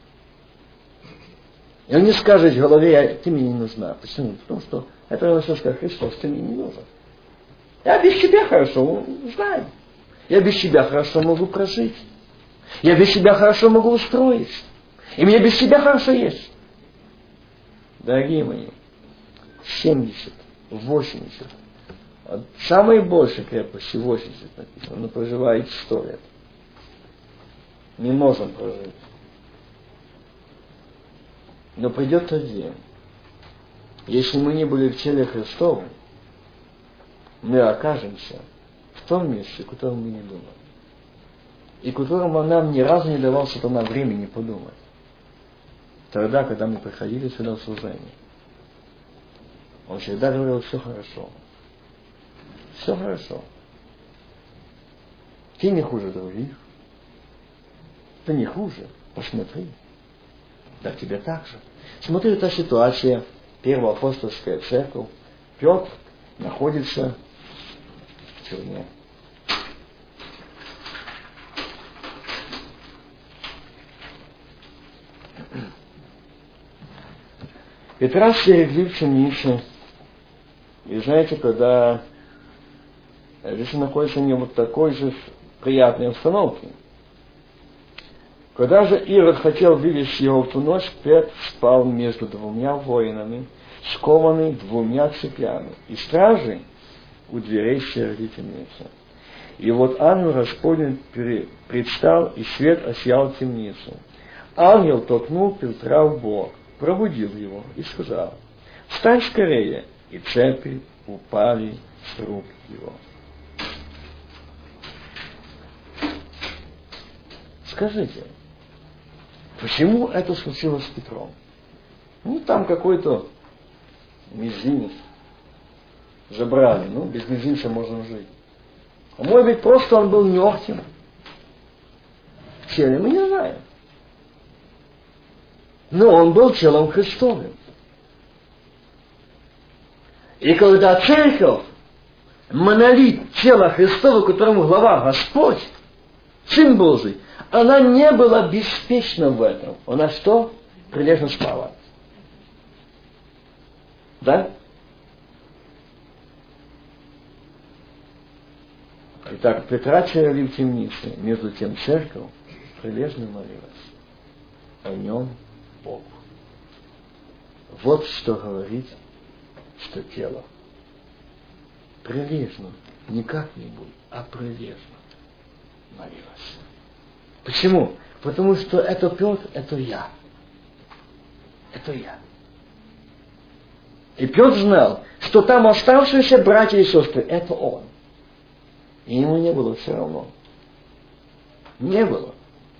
И он не скажет в голове, ты мне не нужна. Почему? Потому что это он скажет, Христос, ты мне не нужен. Я без тебя хорошо знаю. Я без тебя хорошо могу прожить. Я без тебя хорошо могу устроить. И мне без тебя хорошо есть. Дорогие мои, 70, 80, самые большие крепости 80 написано, но проживает 100 лет. Не можем прожить. Но придет тот день, если мы не были в теле Христовом, мы окажемся в том месте, о котором мы не думали. И которому нам ни разу не давал сатана времени подумать. Тогда, когда мы приходили сюда в служение, он всегда говорил, все хорошо. Все хорошо. Ты не хуже других. Ты не хуже. Посмотри. Так тебе так же. Смотри, эта ситуация, Первая апостольская церковь, Петр находится в тюрьме. Петра стерегли в темнице. И знаете, когда здесь находится не вот такой же приятной обстановке. Когда же Ирод хотел вывести его в ту ночь, Петр спал между двумя воинами, скованный двумя цепями, и стражи у дверей стерегли темницы. И вот ангел Господень предстал, и свет осиял темницу. Ангел толкнул Петра в бок, пробудил его и сказал: «Встань скорее!» И цепи упали с рук его. Скажите, почему это случилось с Петром? Ну, там какой-то мизинец забрали, без мизинца можно жить. А может быть, просто он был нёгтем. Телом, мы не знаем. Но он был телом Христовым. И когда церковь, монолит тела Христова, которому глава Господь, Сын Божий, она не была беспечна в этом. Она что? Прилежно спала. Да? Итак, Петра теряли в темнице, между тем церковь прилежно молилась о нем Богу. Вот что говорит, что тело прилежно, не как-нибудь, а прилежно молилось. Почему? Потому что это Петр, это я. Это я. И Петр знал, что там оставшиеся братья и сестры, это он. И ему не было все равно. Не было.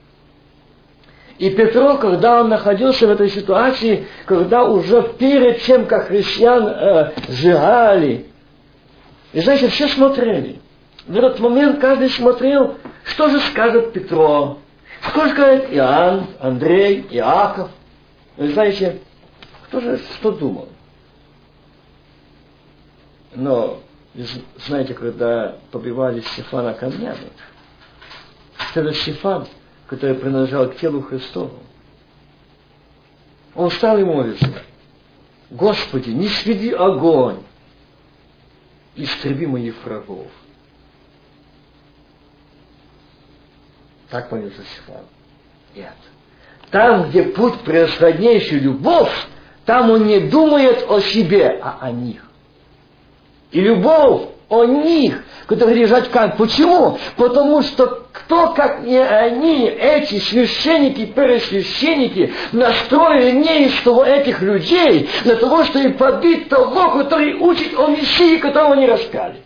И Петро, когда он находился в этой ситуации, когда уже перед тем, как христиан сжигали, и знаете, все смотрели. В этот момент каждый смотрел, что же скажет Петро, что скажет Иоанн, Андрей, Иаков. Вы знаете, кто же что думал? Но, знаете, когда побивали Стефана камнями, этот Стефан, который принадлежал к телу Христову, он встал и молится: «Господи, не сведи огонь, истреби моих врагов». Так молился Стефан. Нет. Там, где путь превосходнейший любовь, там он не думает о себе, а о них. И любовь о них, которые лежат в камне. Почему? Потому что кто, как не они, эти священники, первосвященники, настроили неистово этих людей для того, чтобы побить того, который учит о Мессии, которого они раскали.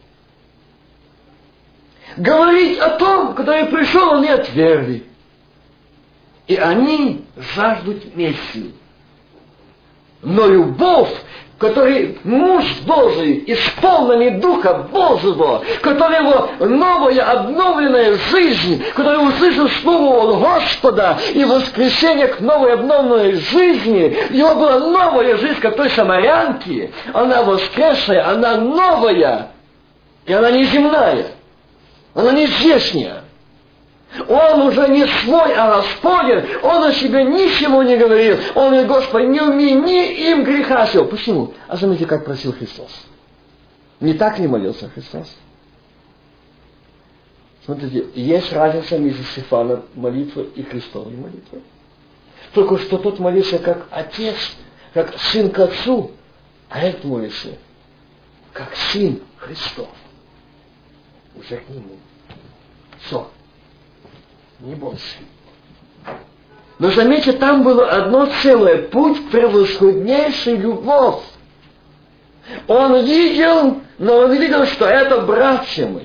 Говорить о том, который пришел, они отвергли. И они жаждут Мессии. Но любовь, который муж Божий, исполненный Духа Божьего, которого новая, обновленная жизнь, который услышал слово от Господа и воскресение к новой, обновленной жизни, у него была новая жизнь, как той самарянки, она воскресшая, она новая, и она не земная, она не здешняя. Он уже не свой, а Господень. Он о себе ничего не говорил. Он говорит: Господи, не умени им греха сего. Почему? А заметьте, как просил Христос. Не так ли молился Христос? Смотрите, есть разница между Стефаном молитвой и Христовой молитвой. Только что тот молился как отец, как сын к отцу, а этот молится как сын Христов. Уже к нему. Все. Не больше. Но заметьте, там было одно целое. Путь превосходнейшей любовь. Он видел, но он видел, что это братья мои.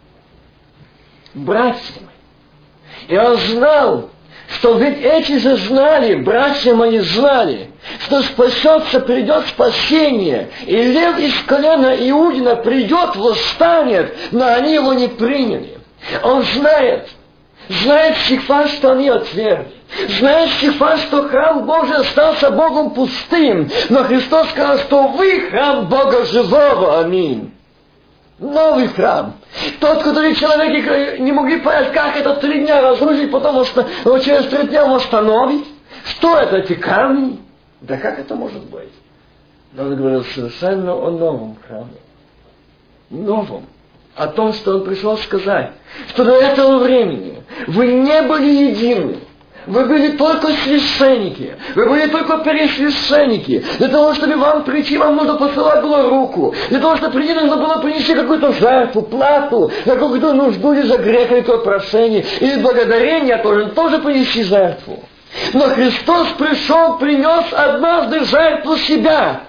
Братья мои. И он знал, что ведь эти же знали, братья мои знали, что спасется, придет спасение, и лев из колена Иудина придет, восстанет, но они его не приняли. Он знает Стефан, что они отвергли. Знает Стефан, что храм Божий остался Богом пустым, но Христос сказал, что вы храм Бога живого. Аминь. Новый храм. Тот, который человеки не могли понять, как это 3 дня разрушить, потому что через 3 дня он восстановить. Что это, эти камни? Да как это может быть? Но он говорил совершенно о новом храме. Новом. О том, что он пришел сказать, что до этого времени вы не были едины. Вы были только священники. Вы были только пересвященники. Для того, чтобы вам прийти, вам нужно посылать было руку. Для того, чтобы прийти, нужно было принести какую-то жертву, плату, за какую-то нужду или за грех, или то прошение, или благодарение тоже принести жертву. Но Христос пришел, принес однажды жертву себя.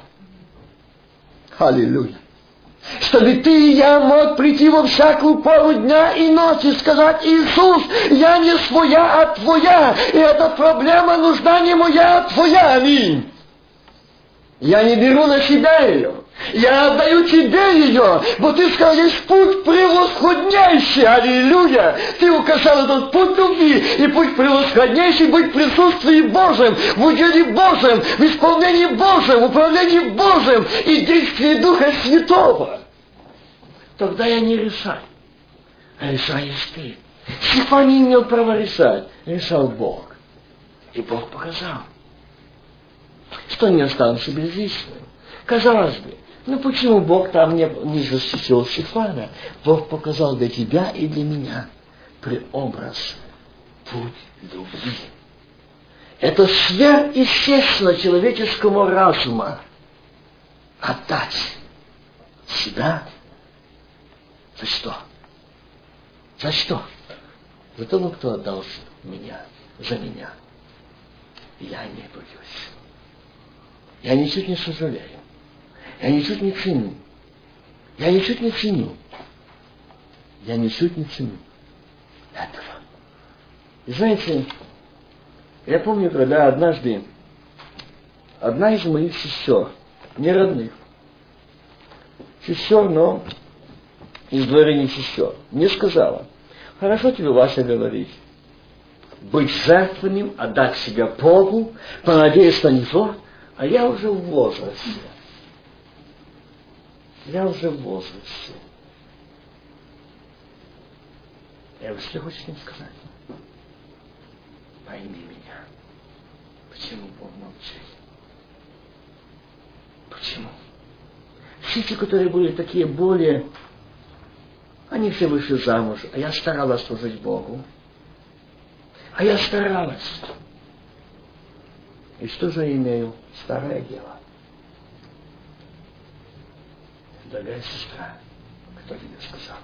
Аллилуйя. Чтобы ты и я мог прийти во всякую пору дня и ночи и сказать: Иисус, я не своя, а Твоя. И эта проблема нужна не моя, а Твоя. Аминь. Я не беру на себя ее. Я отдаю Тебе ее. Но Ты сказал, есть путь превосходнейший. Аллилуйя. Ты указал этот путь любви. И путь превосходнейший быть в присутствии Божьем, в уделе Божьем, в исполнении Божьем, в управлении Божьим и действии Духа Святого. Тогда я не решаю. А решаешь ты. Стефан не имел права решать. Решал Бог. И Бог показал, что не останется безличным. Казалось бы, ну почему Бог там не защитил Стефана? Бог показал для тебя и для меня преобраз, путь любви. Это сверхъестественно человеческому разуму отдать себя. За что? За что? За того, кто отдал меня, за меня. Я не боюсь. Я ничуть не сожалею. Я ничуть не ценю. Я ничуть не ценю. Я ничуть не ценю этого. И знаете, я помню, когда однажды одна из моих сестер, не родных, сестер, но из дворения сестер, мне сказала: хорошо тебе, Вася, говорить, быть жертвенным, отдать себя Богу, понадеяться на Него, а я уже в возрасте. Я уже в возрасте. Я говорю: что хочешь им сказать? Пойми меня. Почему Бог молчит? Почему? Все те, которые были такие более, они все вышли замуж, а я старалась служить Богу. А я старалась. И что же я имею? Старое дело. Дорогая сестра, кто тебе сказал?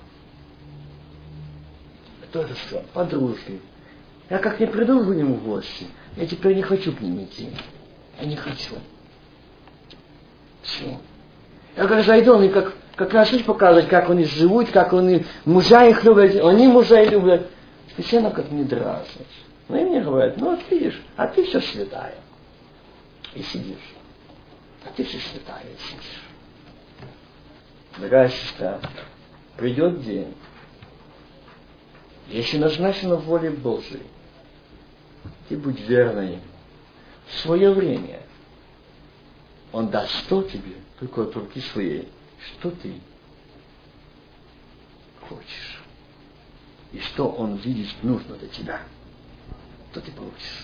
Кто это сказал? Подружки. Я как не приду к ним в гости, я теперь не хочу к ним идти. Я не хочу. Все. Я как зайду, они как начнут показывать, как они живут, как они мужа их любят, они мужа их любят. И все равно как не дразнят. Ну и мне говорят: ну вот видишь, а ты все святая. И сидишь. А ты все святая и сидишь. Дорогая сестра, придет день, если назначено в воле Божией, ты будь верной. В свое время Он даст что тебе, только от руки своей, что ты хочешь. И что Он видит нужно для тебя, то ты получишь.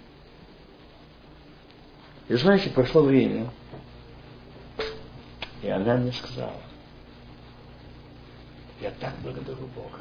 И знаете, прошло время, и она мне сказала: я так благодарю Бога.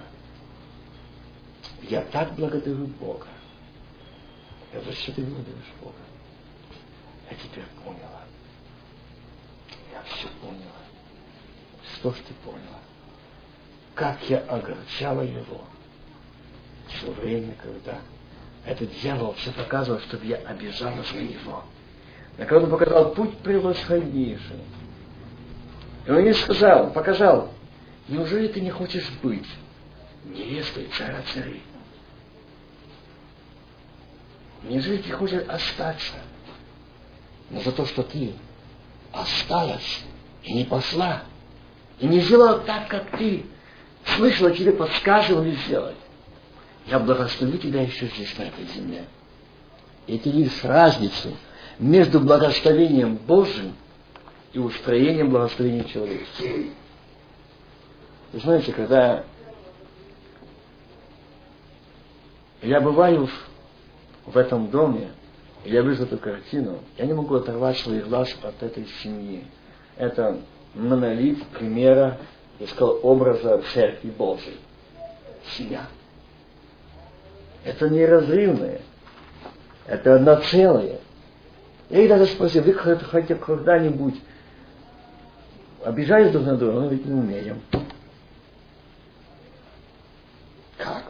Я так благодарю Бога. Я за что ты благодаришь Бога? Я теперь поняла. Я все поняла. Что ж ты поняла? Как я огорчала его в то время, когда этот дьявол все показывал, чтобы я обижалась на него. А когда он показал путь превосходнейший, и он мне сказал, показал: неужели ты не хочешь быть невестой царя царей? Неужели ты хочешь остаться? Но за то, что ты осталась и не пошла, и не сделала так, как ты слышала, тебе подсказывали сделать, я благословлю тебя еще здесь, на этой земле. И ты видишь разницу между благословением Божьим и устроением благословения человеческого. Вы знаете, когда я бываю в этом доме, я вижу эту картину, я не могу оторвать своих глаз от этой семьи. Это монолит примера, я сказал, образа Церкви Божией. Семья. Это неразрывное. Это одно целое. Я их даже спросил, вы хотите когда-нибудь обижались друг на друга? Мы ведь не умеем. Как?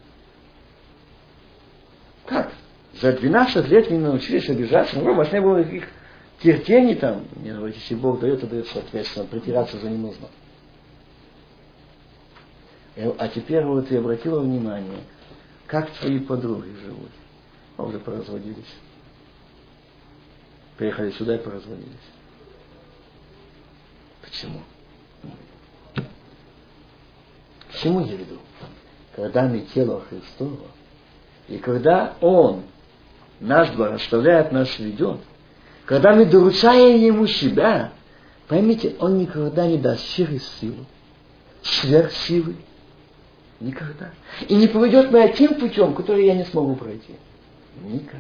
Как? За 12 лет мы научились обижаться. Ну, у вас не было никаких терпений там. Нет, если Бог дает, то дает соответственно. Притираться уже не нужно. А теперь вот я обратила внимание, как твои подруги живут. Уже поразводились. Приехали сюда и поразводились. Почему? К чему я веду? Когда мы тело Христово, и когда Он нас благословляет, нас ведет, когда мы доручаем Ему себя, поймите, Он никогда не даст сверхсилу, сверхсилы. Никогда. И не поведет меня тем путем, который я не смогу пройти. Никогда.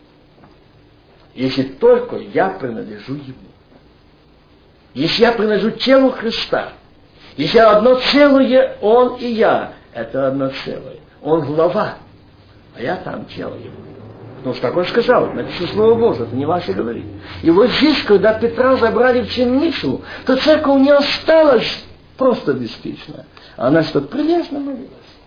Если только я принадлежу Ему. Если я принадлежу телу Христа. Если одно целое Он и я, это одно целое. Он глава, а я там тело Его. Потому что, как Он сказал, написано Слово Божие, это не ваше говорить. И вот здесь, когда Петра забрали в темницу, то церковь не осталась просто беспечная. Она что-то прилежно молилась.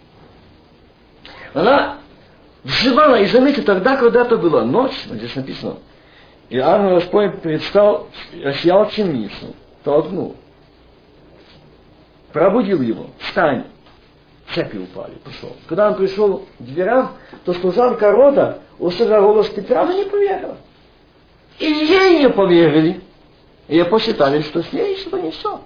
Она взывала, и заметьте, тогда когда-то была ночь, здесь написано, и ангел Господень предстал, осиял темницу, толкнул, пробудил его, встань, цепи упали, пошел. Когда он пришел к дверям, то служанка рода, услышала голос Петра, она не поверила. И ей не поверили. И посчитали, что с ней что-то не все.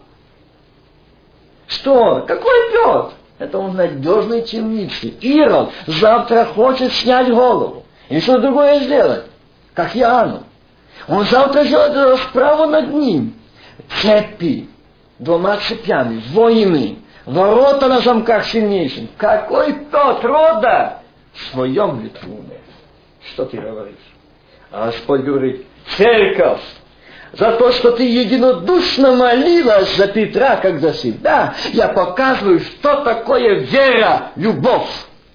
Что? Какой Петр? Это он в надежной темнице. Ирод завтра хочет снять голову. Или что-то другое сделать. Как Иоанну. Он завтра сделает расправу над ним. Цепи. 2 цепями. Воины. Ворота на замках сильнейшим. Какой Петр рода? В своем ветву. Что ты говоришь? А Господь говорит, церковь, за то, что ты единодушно молилась за Петра, как за себя, я показываю, что такое вера, любовь.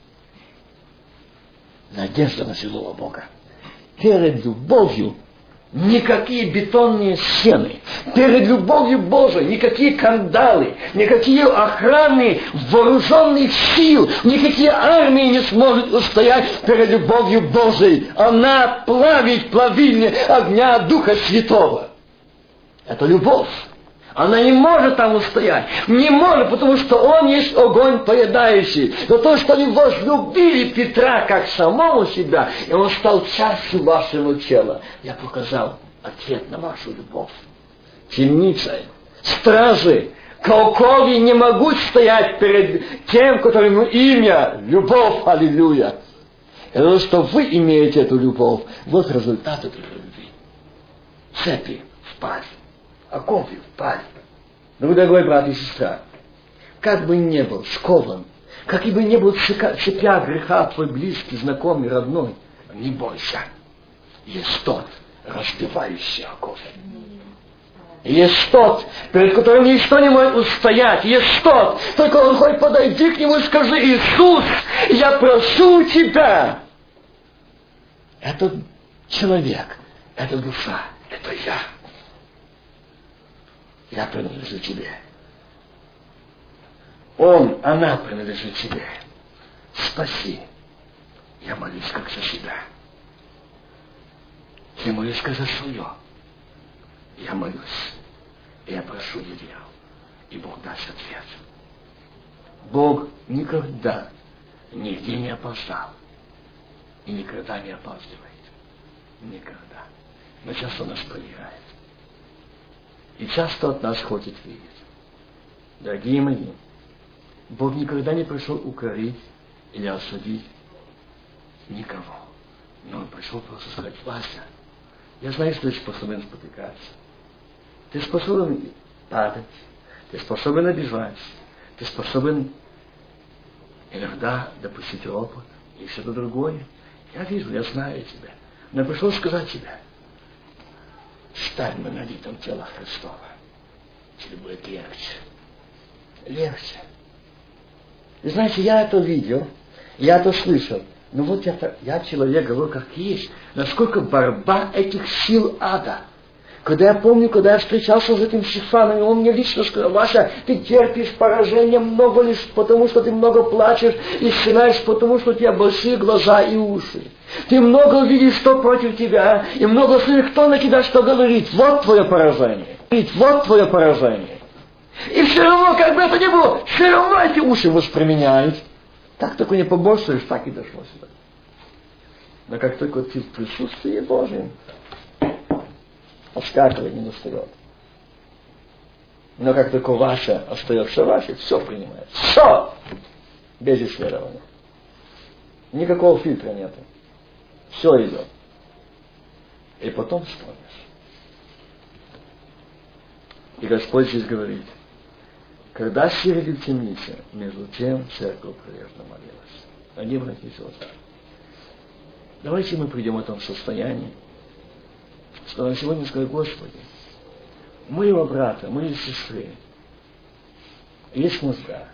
Надежда на живого Бога. Перед любовью никакие бетонные стены. Перед любовью Божией никакие кандалы, никакие охраны вооруженных сил, никакие армии не смогут устоять перед любовью Божией. Она плавит плавильня огня Духа Святого. Это любовь. Она не может там устоять. Не может, потому что Он есть огонь поедающий. Но то, что они возлюбили Петра как самого себя, и он стал частью вашего тела. Я показал ответ на вашу любовь. Темница, стражи, колкови не могут стоять перед тем, которому имя любовь, аллилуйя. И то, что вы имеете эту любовь, вот результат этой любви. Цепи впали. Оковы впали. Дорогой брат и сестра, как бы ни был скован, как бы ни был цепя греха твой близкий, знакомый, родной, не бойся. Есть тот, разбивающий оковы. Есть тот, перед которым ничто не может устоять. Есть тот, только он хоть подойди к нему и скажи, Иисус, я прошу тебя. Это человек, это душа, это я. Я принадлежу тебе. Он, она принадлежит тебе. Спаси. Я молюсь как за себя. Я молюсь как за свое. Я молюсь. Я прошу, я верю. И Бог даст ответ. Бог никогда нигде не опоздал. И никогда не опаздывает. Никогда. Но часто нас проверяет. И часто от нас хочет видеть. Дорогие мои, Бог никогда не пришел укорить или осудить никого. Но Он пришел пришел просто сказать: Вася, я знаю, что ты способен спотыкаться. Ты способен падать. Ты способен обижаться. Ты способен иногда допустить ропот и что-то другое. Я вижу, я знаю тебя. Но я пришел сказать тебе: стань монолитом тела Христова. Тебе будет легче. Легче. И знаете, я это видел, я это слышал. Но вот я человек, говорю, как есть. Насколько борьба этих сил ада. Когда я помню, когда я встречался с этим Стефаном, и он мне лично сказал: Вася, ты терпишь поражение много лишь потому, что ты много плачешь и стенаешь, потому что у тебя большие глаза и уши. Ты много видишь, что против тебя, и много слышишь, кто на тебя что говорит. Вот твое поражение. Вот твое поражение. И все равно, как бы это ни было, все равно эти уши восприменяют. Так только не побольствуешь, так и дошло сюда. Но как только ты в присутствии Божьем, отскакивай не встает. Но как только ваше остается ваше, все принимает. Все! Без исследования. Никакого фильтра нету. Все идет. И потом вспомнишь. И Господь здесь говорит: когда сидели в темнице, между тем церковь прилежно молилась. Они, братья и сестры. Давайте мы придем в этом состоянии, что на сегодня сказать: Господи, моего брата, моей сестры есть нужда.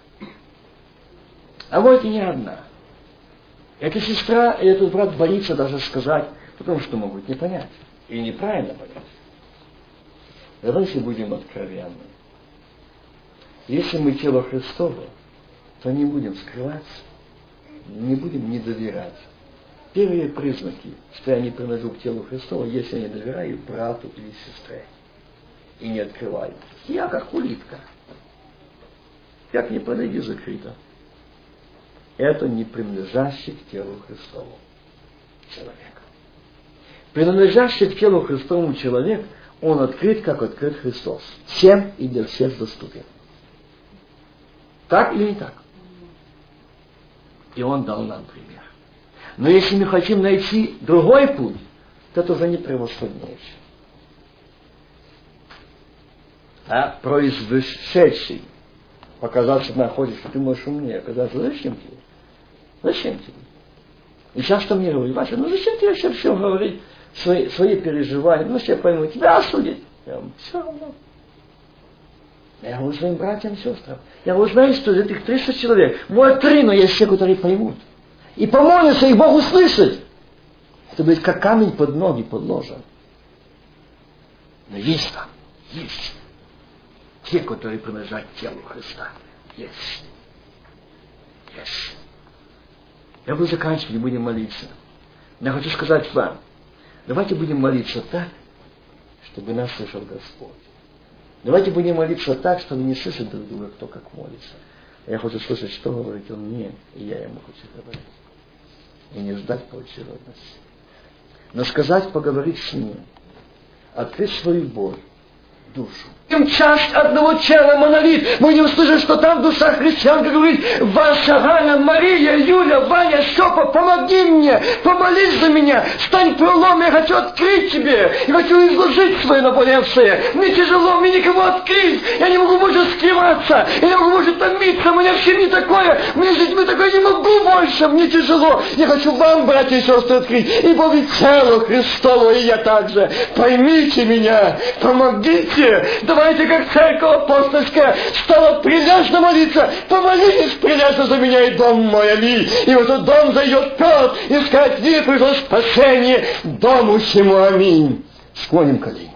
А вот и не одна. Эта сестра и этот брат боится даже сказать, потому что могут не понять. И неправильно понять. Давайте будем откровенны. Если мы тело Христово, то не будем скрываться, не будем не доверять. Первые признаки, что я не принадлежу к телу Христову, если я не доверяю брату или сестре и не открываю. Я как улитка. Как не подойди закрыто. Это не принадлежащий к телу Христову человек. Принадлежащий к телу Христовому человек, он открыт, как открыт Христос. Всем и для всех доступен. Так или не так? И он дал нам пример. Но если мы хотим найти другой путь, то это уже не превосходнейший. А произошедший показаться находишь, что ты можешь умнее оказаться. Зачем тебе? Зачем тебе? И часто мне говорят: Вася, ну зачем тебе вообще все говорить, свои переживания? Ну все пойму, тебя осудят. Я говорю: все равно. Я говорю своим братьям и сестрам. Я говорю: знаю, что из этих 300 человек, может 3, но есть те, которые поймут. И помолятся, и Бог услышит. Это будет как камень под ноги подложен. Но есть там, есть. Те, которые принадлежат телу Христа. Есть. Есть. Я буду заканчивать, не будем молиться. Но я хочу сказать вам, давайте будем молиться так, чтобы нас слышал Господь. Давайте будем молиться так, чтобы не слышать друг друга, кто как молится. Я хочу слышать, что говорит Он мне, и я ему хочу говорить. И не ждать поочередности. Но сказать, поговорить с Ним, открыть свою боль, душу. Часть одного тела монолит. Мы не услышим, что там душа христианка говорит: Ваша Галя, Мария, Юля, Ваня, Степа, помоги мне, помолись за меня, стань пролом, я хочу открыть тебе, я хочу изложить свое наболевшее. Мне тяжело, мне никому открыть, я не могу больше скрываться, я не могу больше томиться, у меня в семье такое, мне с детьми такое не могу больше, мне тяжело. Я хочу вам, братья и сестры, открыть, ибо вы тело Христово, и я также. Поймите меня, помогите. Давайте, как церковь апостольская стала прилежно молиться: помолитесь прилежно за меня и дом мой, али. И в этот дом зайдет Петр, и сказать: не пришло спасение дому всему, аминь. Склоним колени.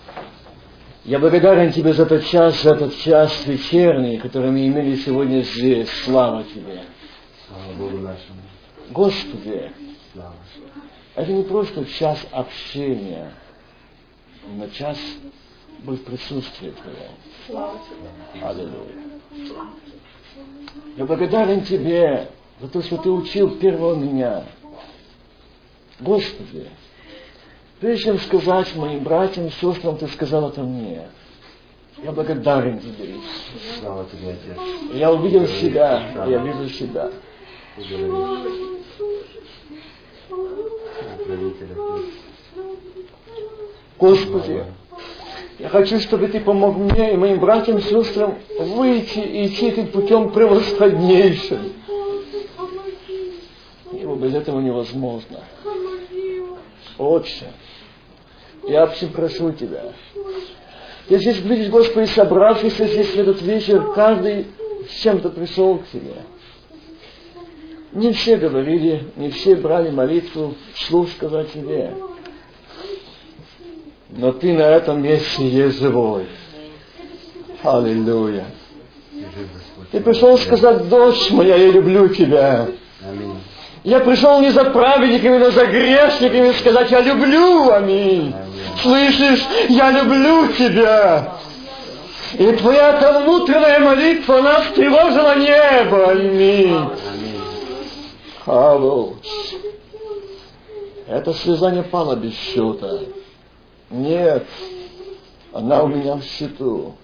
Я благодарен Тебе за этот час вечерний, который мы имели сегодня здесь. Слава Тебе. Слава Богу нашему. Господи, Слава. это не просто час общения, но час быть в присутствии Твоем. Аллилуйя. Я благодарен Тебе за то, что Ты учил первого меня. Господи, прежде чем сказать моим братьям и сестрам, Ты сказал это мне. Я благодарен Тебе. Слава Тебе, Отец. Я увидел себя, я вижу себя. Благодарю. Господи, я хочу, чтобы Ты помог мне и моим братьям и сестрам выйти и идти этим путем превосходнейшим. Ибо без этого невозможно. Отче, я очень прошу Тебя. Я здесь видишь, Господи, собравшийся здесь в этот вечер, каждый с чем-то пришел к Тебе. Не все говорили, не все брали молитву вслух сказать Тебе. Но Ты на этом месте есть живой. Аллилуйя. Ты пришел сказать: дочь моя, я люблю Тебя. Я пришел не за праведниками, но за грешниками сказать: я люблю, аминь. Слышишь, я люблю Тебя. И Твоя та внутренняя молитва, она встревожила небо, аминь. Алло. Эта слеза не пала без счета. Нет, она у меня в счету.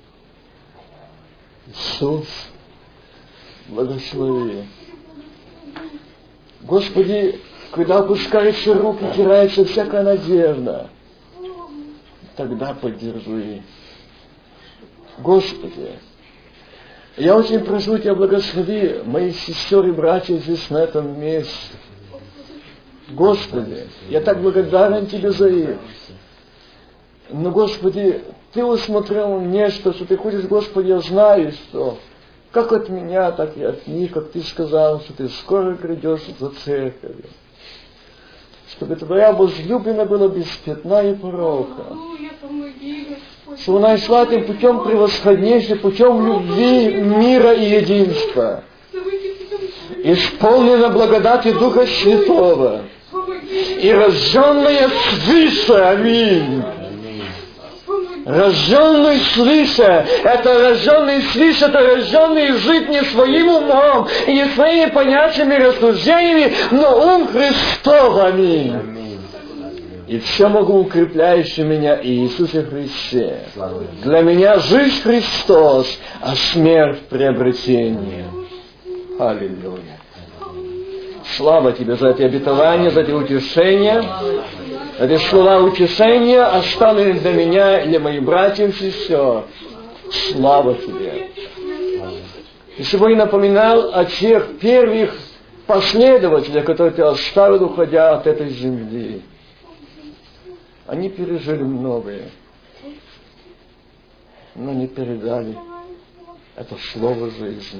Иисус, благослови. Господи, когда опускаются руки, теряется всякая надежда, тогда поддержи. Господи, я очень прошу Тебя, благослови моих сестер и братьев здесь, на этом месте. Господи, я так благодарен Тебе за их. Но, Господи, Ты усмотрел нечто, что Ты хочешь, Господи, я знаю, что как от меня, так и от них, как Ты сказал, что Ты скоро грядешь за церковью. Чтобы Твоя возлюбленная была без пятна и порока. Чтобы она шла этим путем превосходнейшим, путем любви, мира и единства. Исполнена благодати Духа Святого. И рожденная свыше, аминь. Рожденный свыше, это рожденный свыше, это рожденный жить не своим умом и не своими понятиями, рассуждениями, но ум Христов, аминь. И все могу укрепляющий меня Иисусе Христе. Для меня жизнь Христос, а смерть приобретение. Аллилуйя. Слава Тебе за эти обетования, за эти утешения. Эти слова утешения оставлены для меня и для моих братьев и сестер. Слава Тебе. И сегодня напоминал о тех первых последователях, которые Ты оставил, уходя от этой земли. Они пережили многое, но не передали это слово жизни.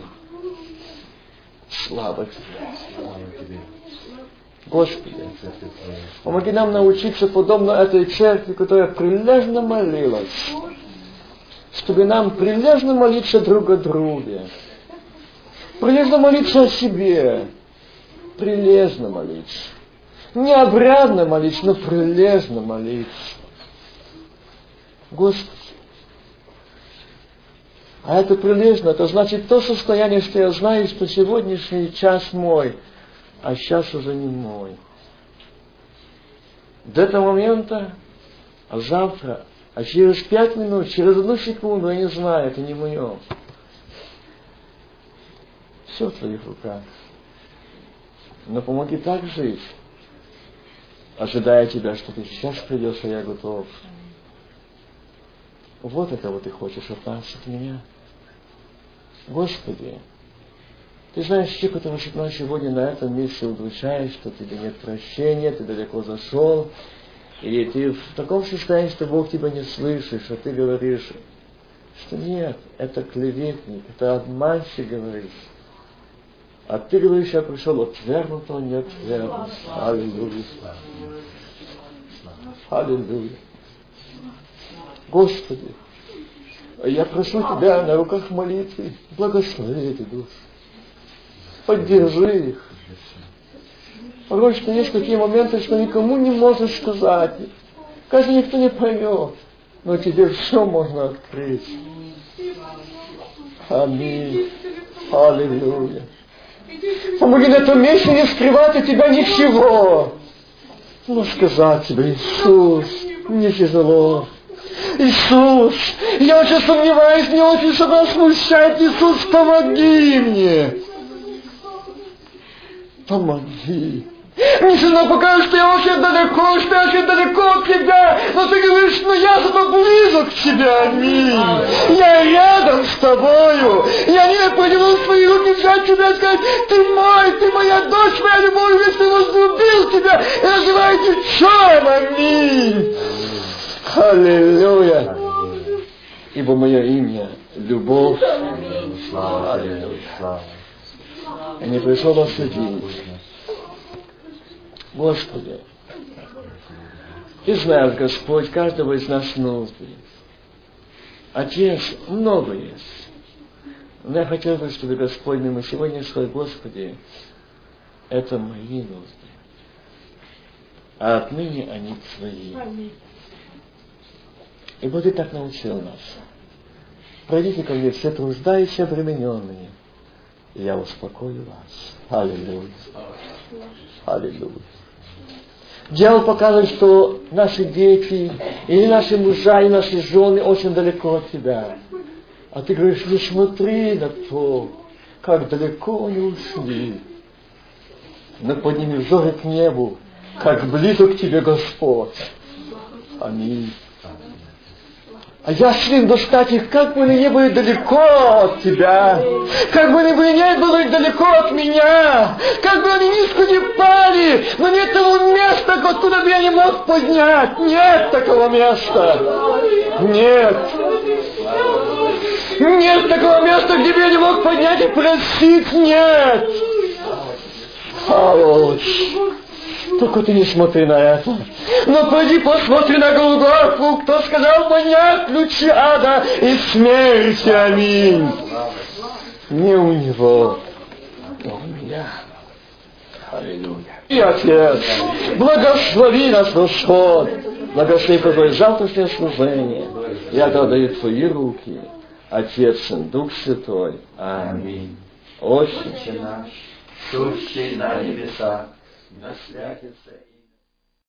Слава Тебе. Господи, помоги нам научиться, подобно этой церкви, которая прилежно молилась, чтобы нам прилежно молиться друг о друге, прилежно молиться о себе, прилежно молиться. Не обрядно молиться, но прилежно молиться. Господи, а это прилежно, это значит то состояние, что я знаю, что сегодняшний час мой, а сейчас уже не мой. До этого момента, а завтра, а через 5 минут, через 1 секунду, я не знаю, это не мое. Все в Твоих руках. Но помоги так жить, ожидая Тебя, что Ты сейчас придешь, а я готов. Вот это вот Ты хочешь от нас, от меня. Господи, Ты знаешь, те, которые сегодня на этом месте удручаешь, что Тебе нет прощения, Ты далеко зашел, и Ты в таком состоянии, что Бог Тебя не слышит, что Ты говоришь, что нет, это клеветник, это обманщик, говоришь. А Ты говоришь, я пришел отвергнутого, не отвергнут. Аллилуйя. Аллилуйя. Господи, я прошу Тебя на руках молитвы, благослови эти души. Поддержи их. Порой, что есть такие моменты, что никому не можешь сказать. Кажется, никто не поймет. Но Тебе все можно открыть. Аминь. Аллилуйя. Помоги на этом месте не скрывать от Тебя ничего. Но сказать Тебе: Иисус, мне тяжело. Иисус, я очень сомневаюсь, мне очень что-то смущает. Иисус, помоги мне. Помоги. Мне все равно покажешь, что я очень далеко, что я очень далеко от тебя. Но ты говоришь, но я зато близок к тебе, аминь. Я рядом с тобою. Я не протянул свои руки взять тебя и сказать, ты мой, ты моя дочь, моя любовь, если возлюбил тебя, и называйте чем, аминь. Аллилуйя. Ибо мое имя — любовь. Аллилуйя. Я не пришел вас судить. Господи, Ты знаешь, Господь, каждого из нас нужды. Отец, много есть. Но я хотел бы, чтобы, Господь, мы сегодня сказали, Господи, это мои нужды. А отныне они Твои. Ибо Ты так научил нас. Пройдите ко мне все труждающие, обремененные, и я успокою вас. Аллилуйя. Аллилуйя. Дьявол показывает, что наши дети, или наши мужья, и наши жены очень далеко от Тебя. А Ты говоришь, не смотри на то, как далеко они ушли. Но подними взоры к небу, как близок к Тебе Господь. Аминь. А я шлем достать их, как бы они ни были далеко от Тебя, как бы они не были далеко от меня, как бы они низко не пали, но нет того места, откуда бы я не мог поднять. Нет такого места. Нет. Нет такого места, где бы я не мог поднять и простить. Нет. Только ты не смотри на это. Но пойди посмотри на Голгофу, кто сказал, мне ключи ада и смерти. Аминь. Не у него, но у меня. Аллилуйя. И Отец, благослови нас, Господь. Благослови Твое завтрашнее служение. Я отдаю Твои руки. Отец, Сын, Дух Святой. Аминь. Отче наш, сущий на небесах, да святится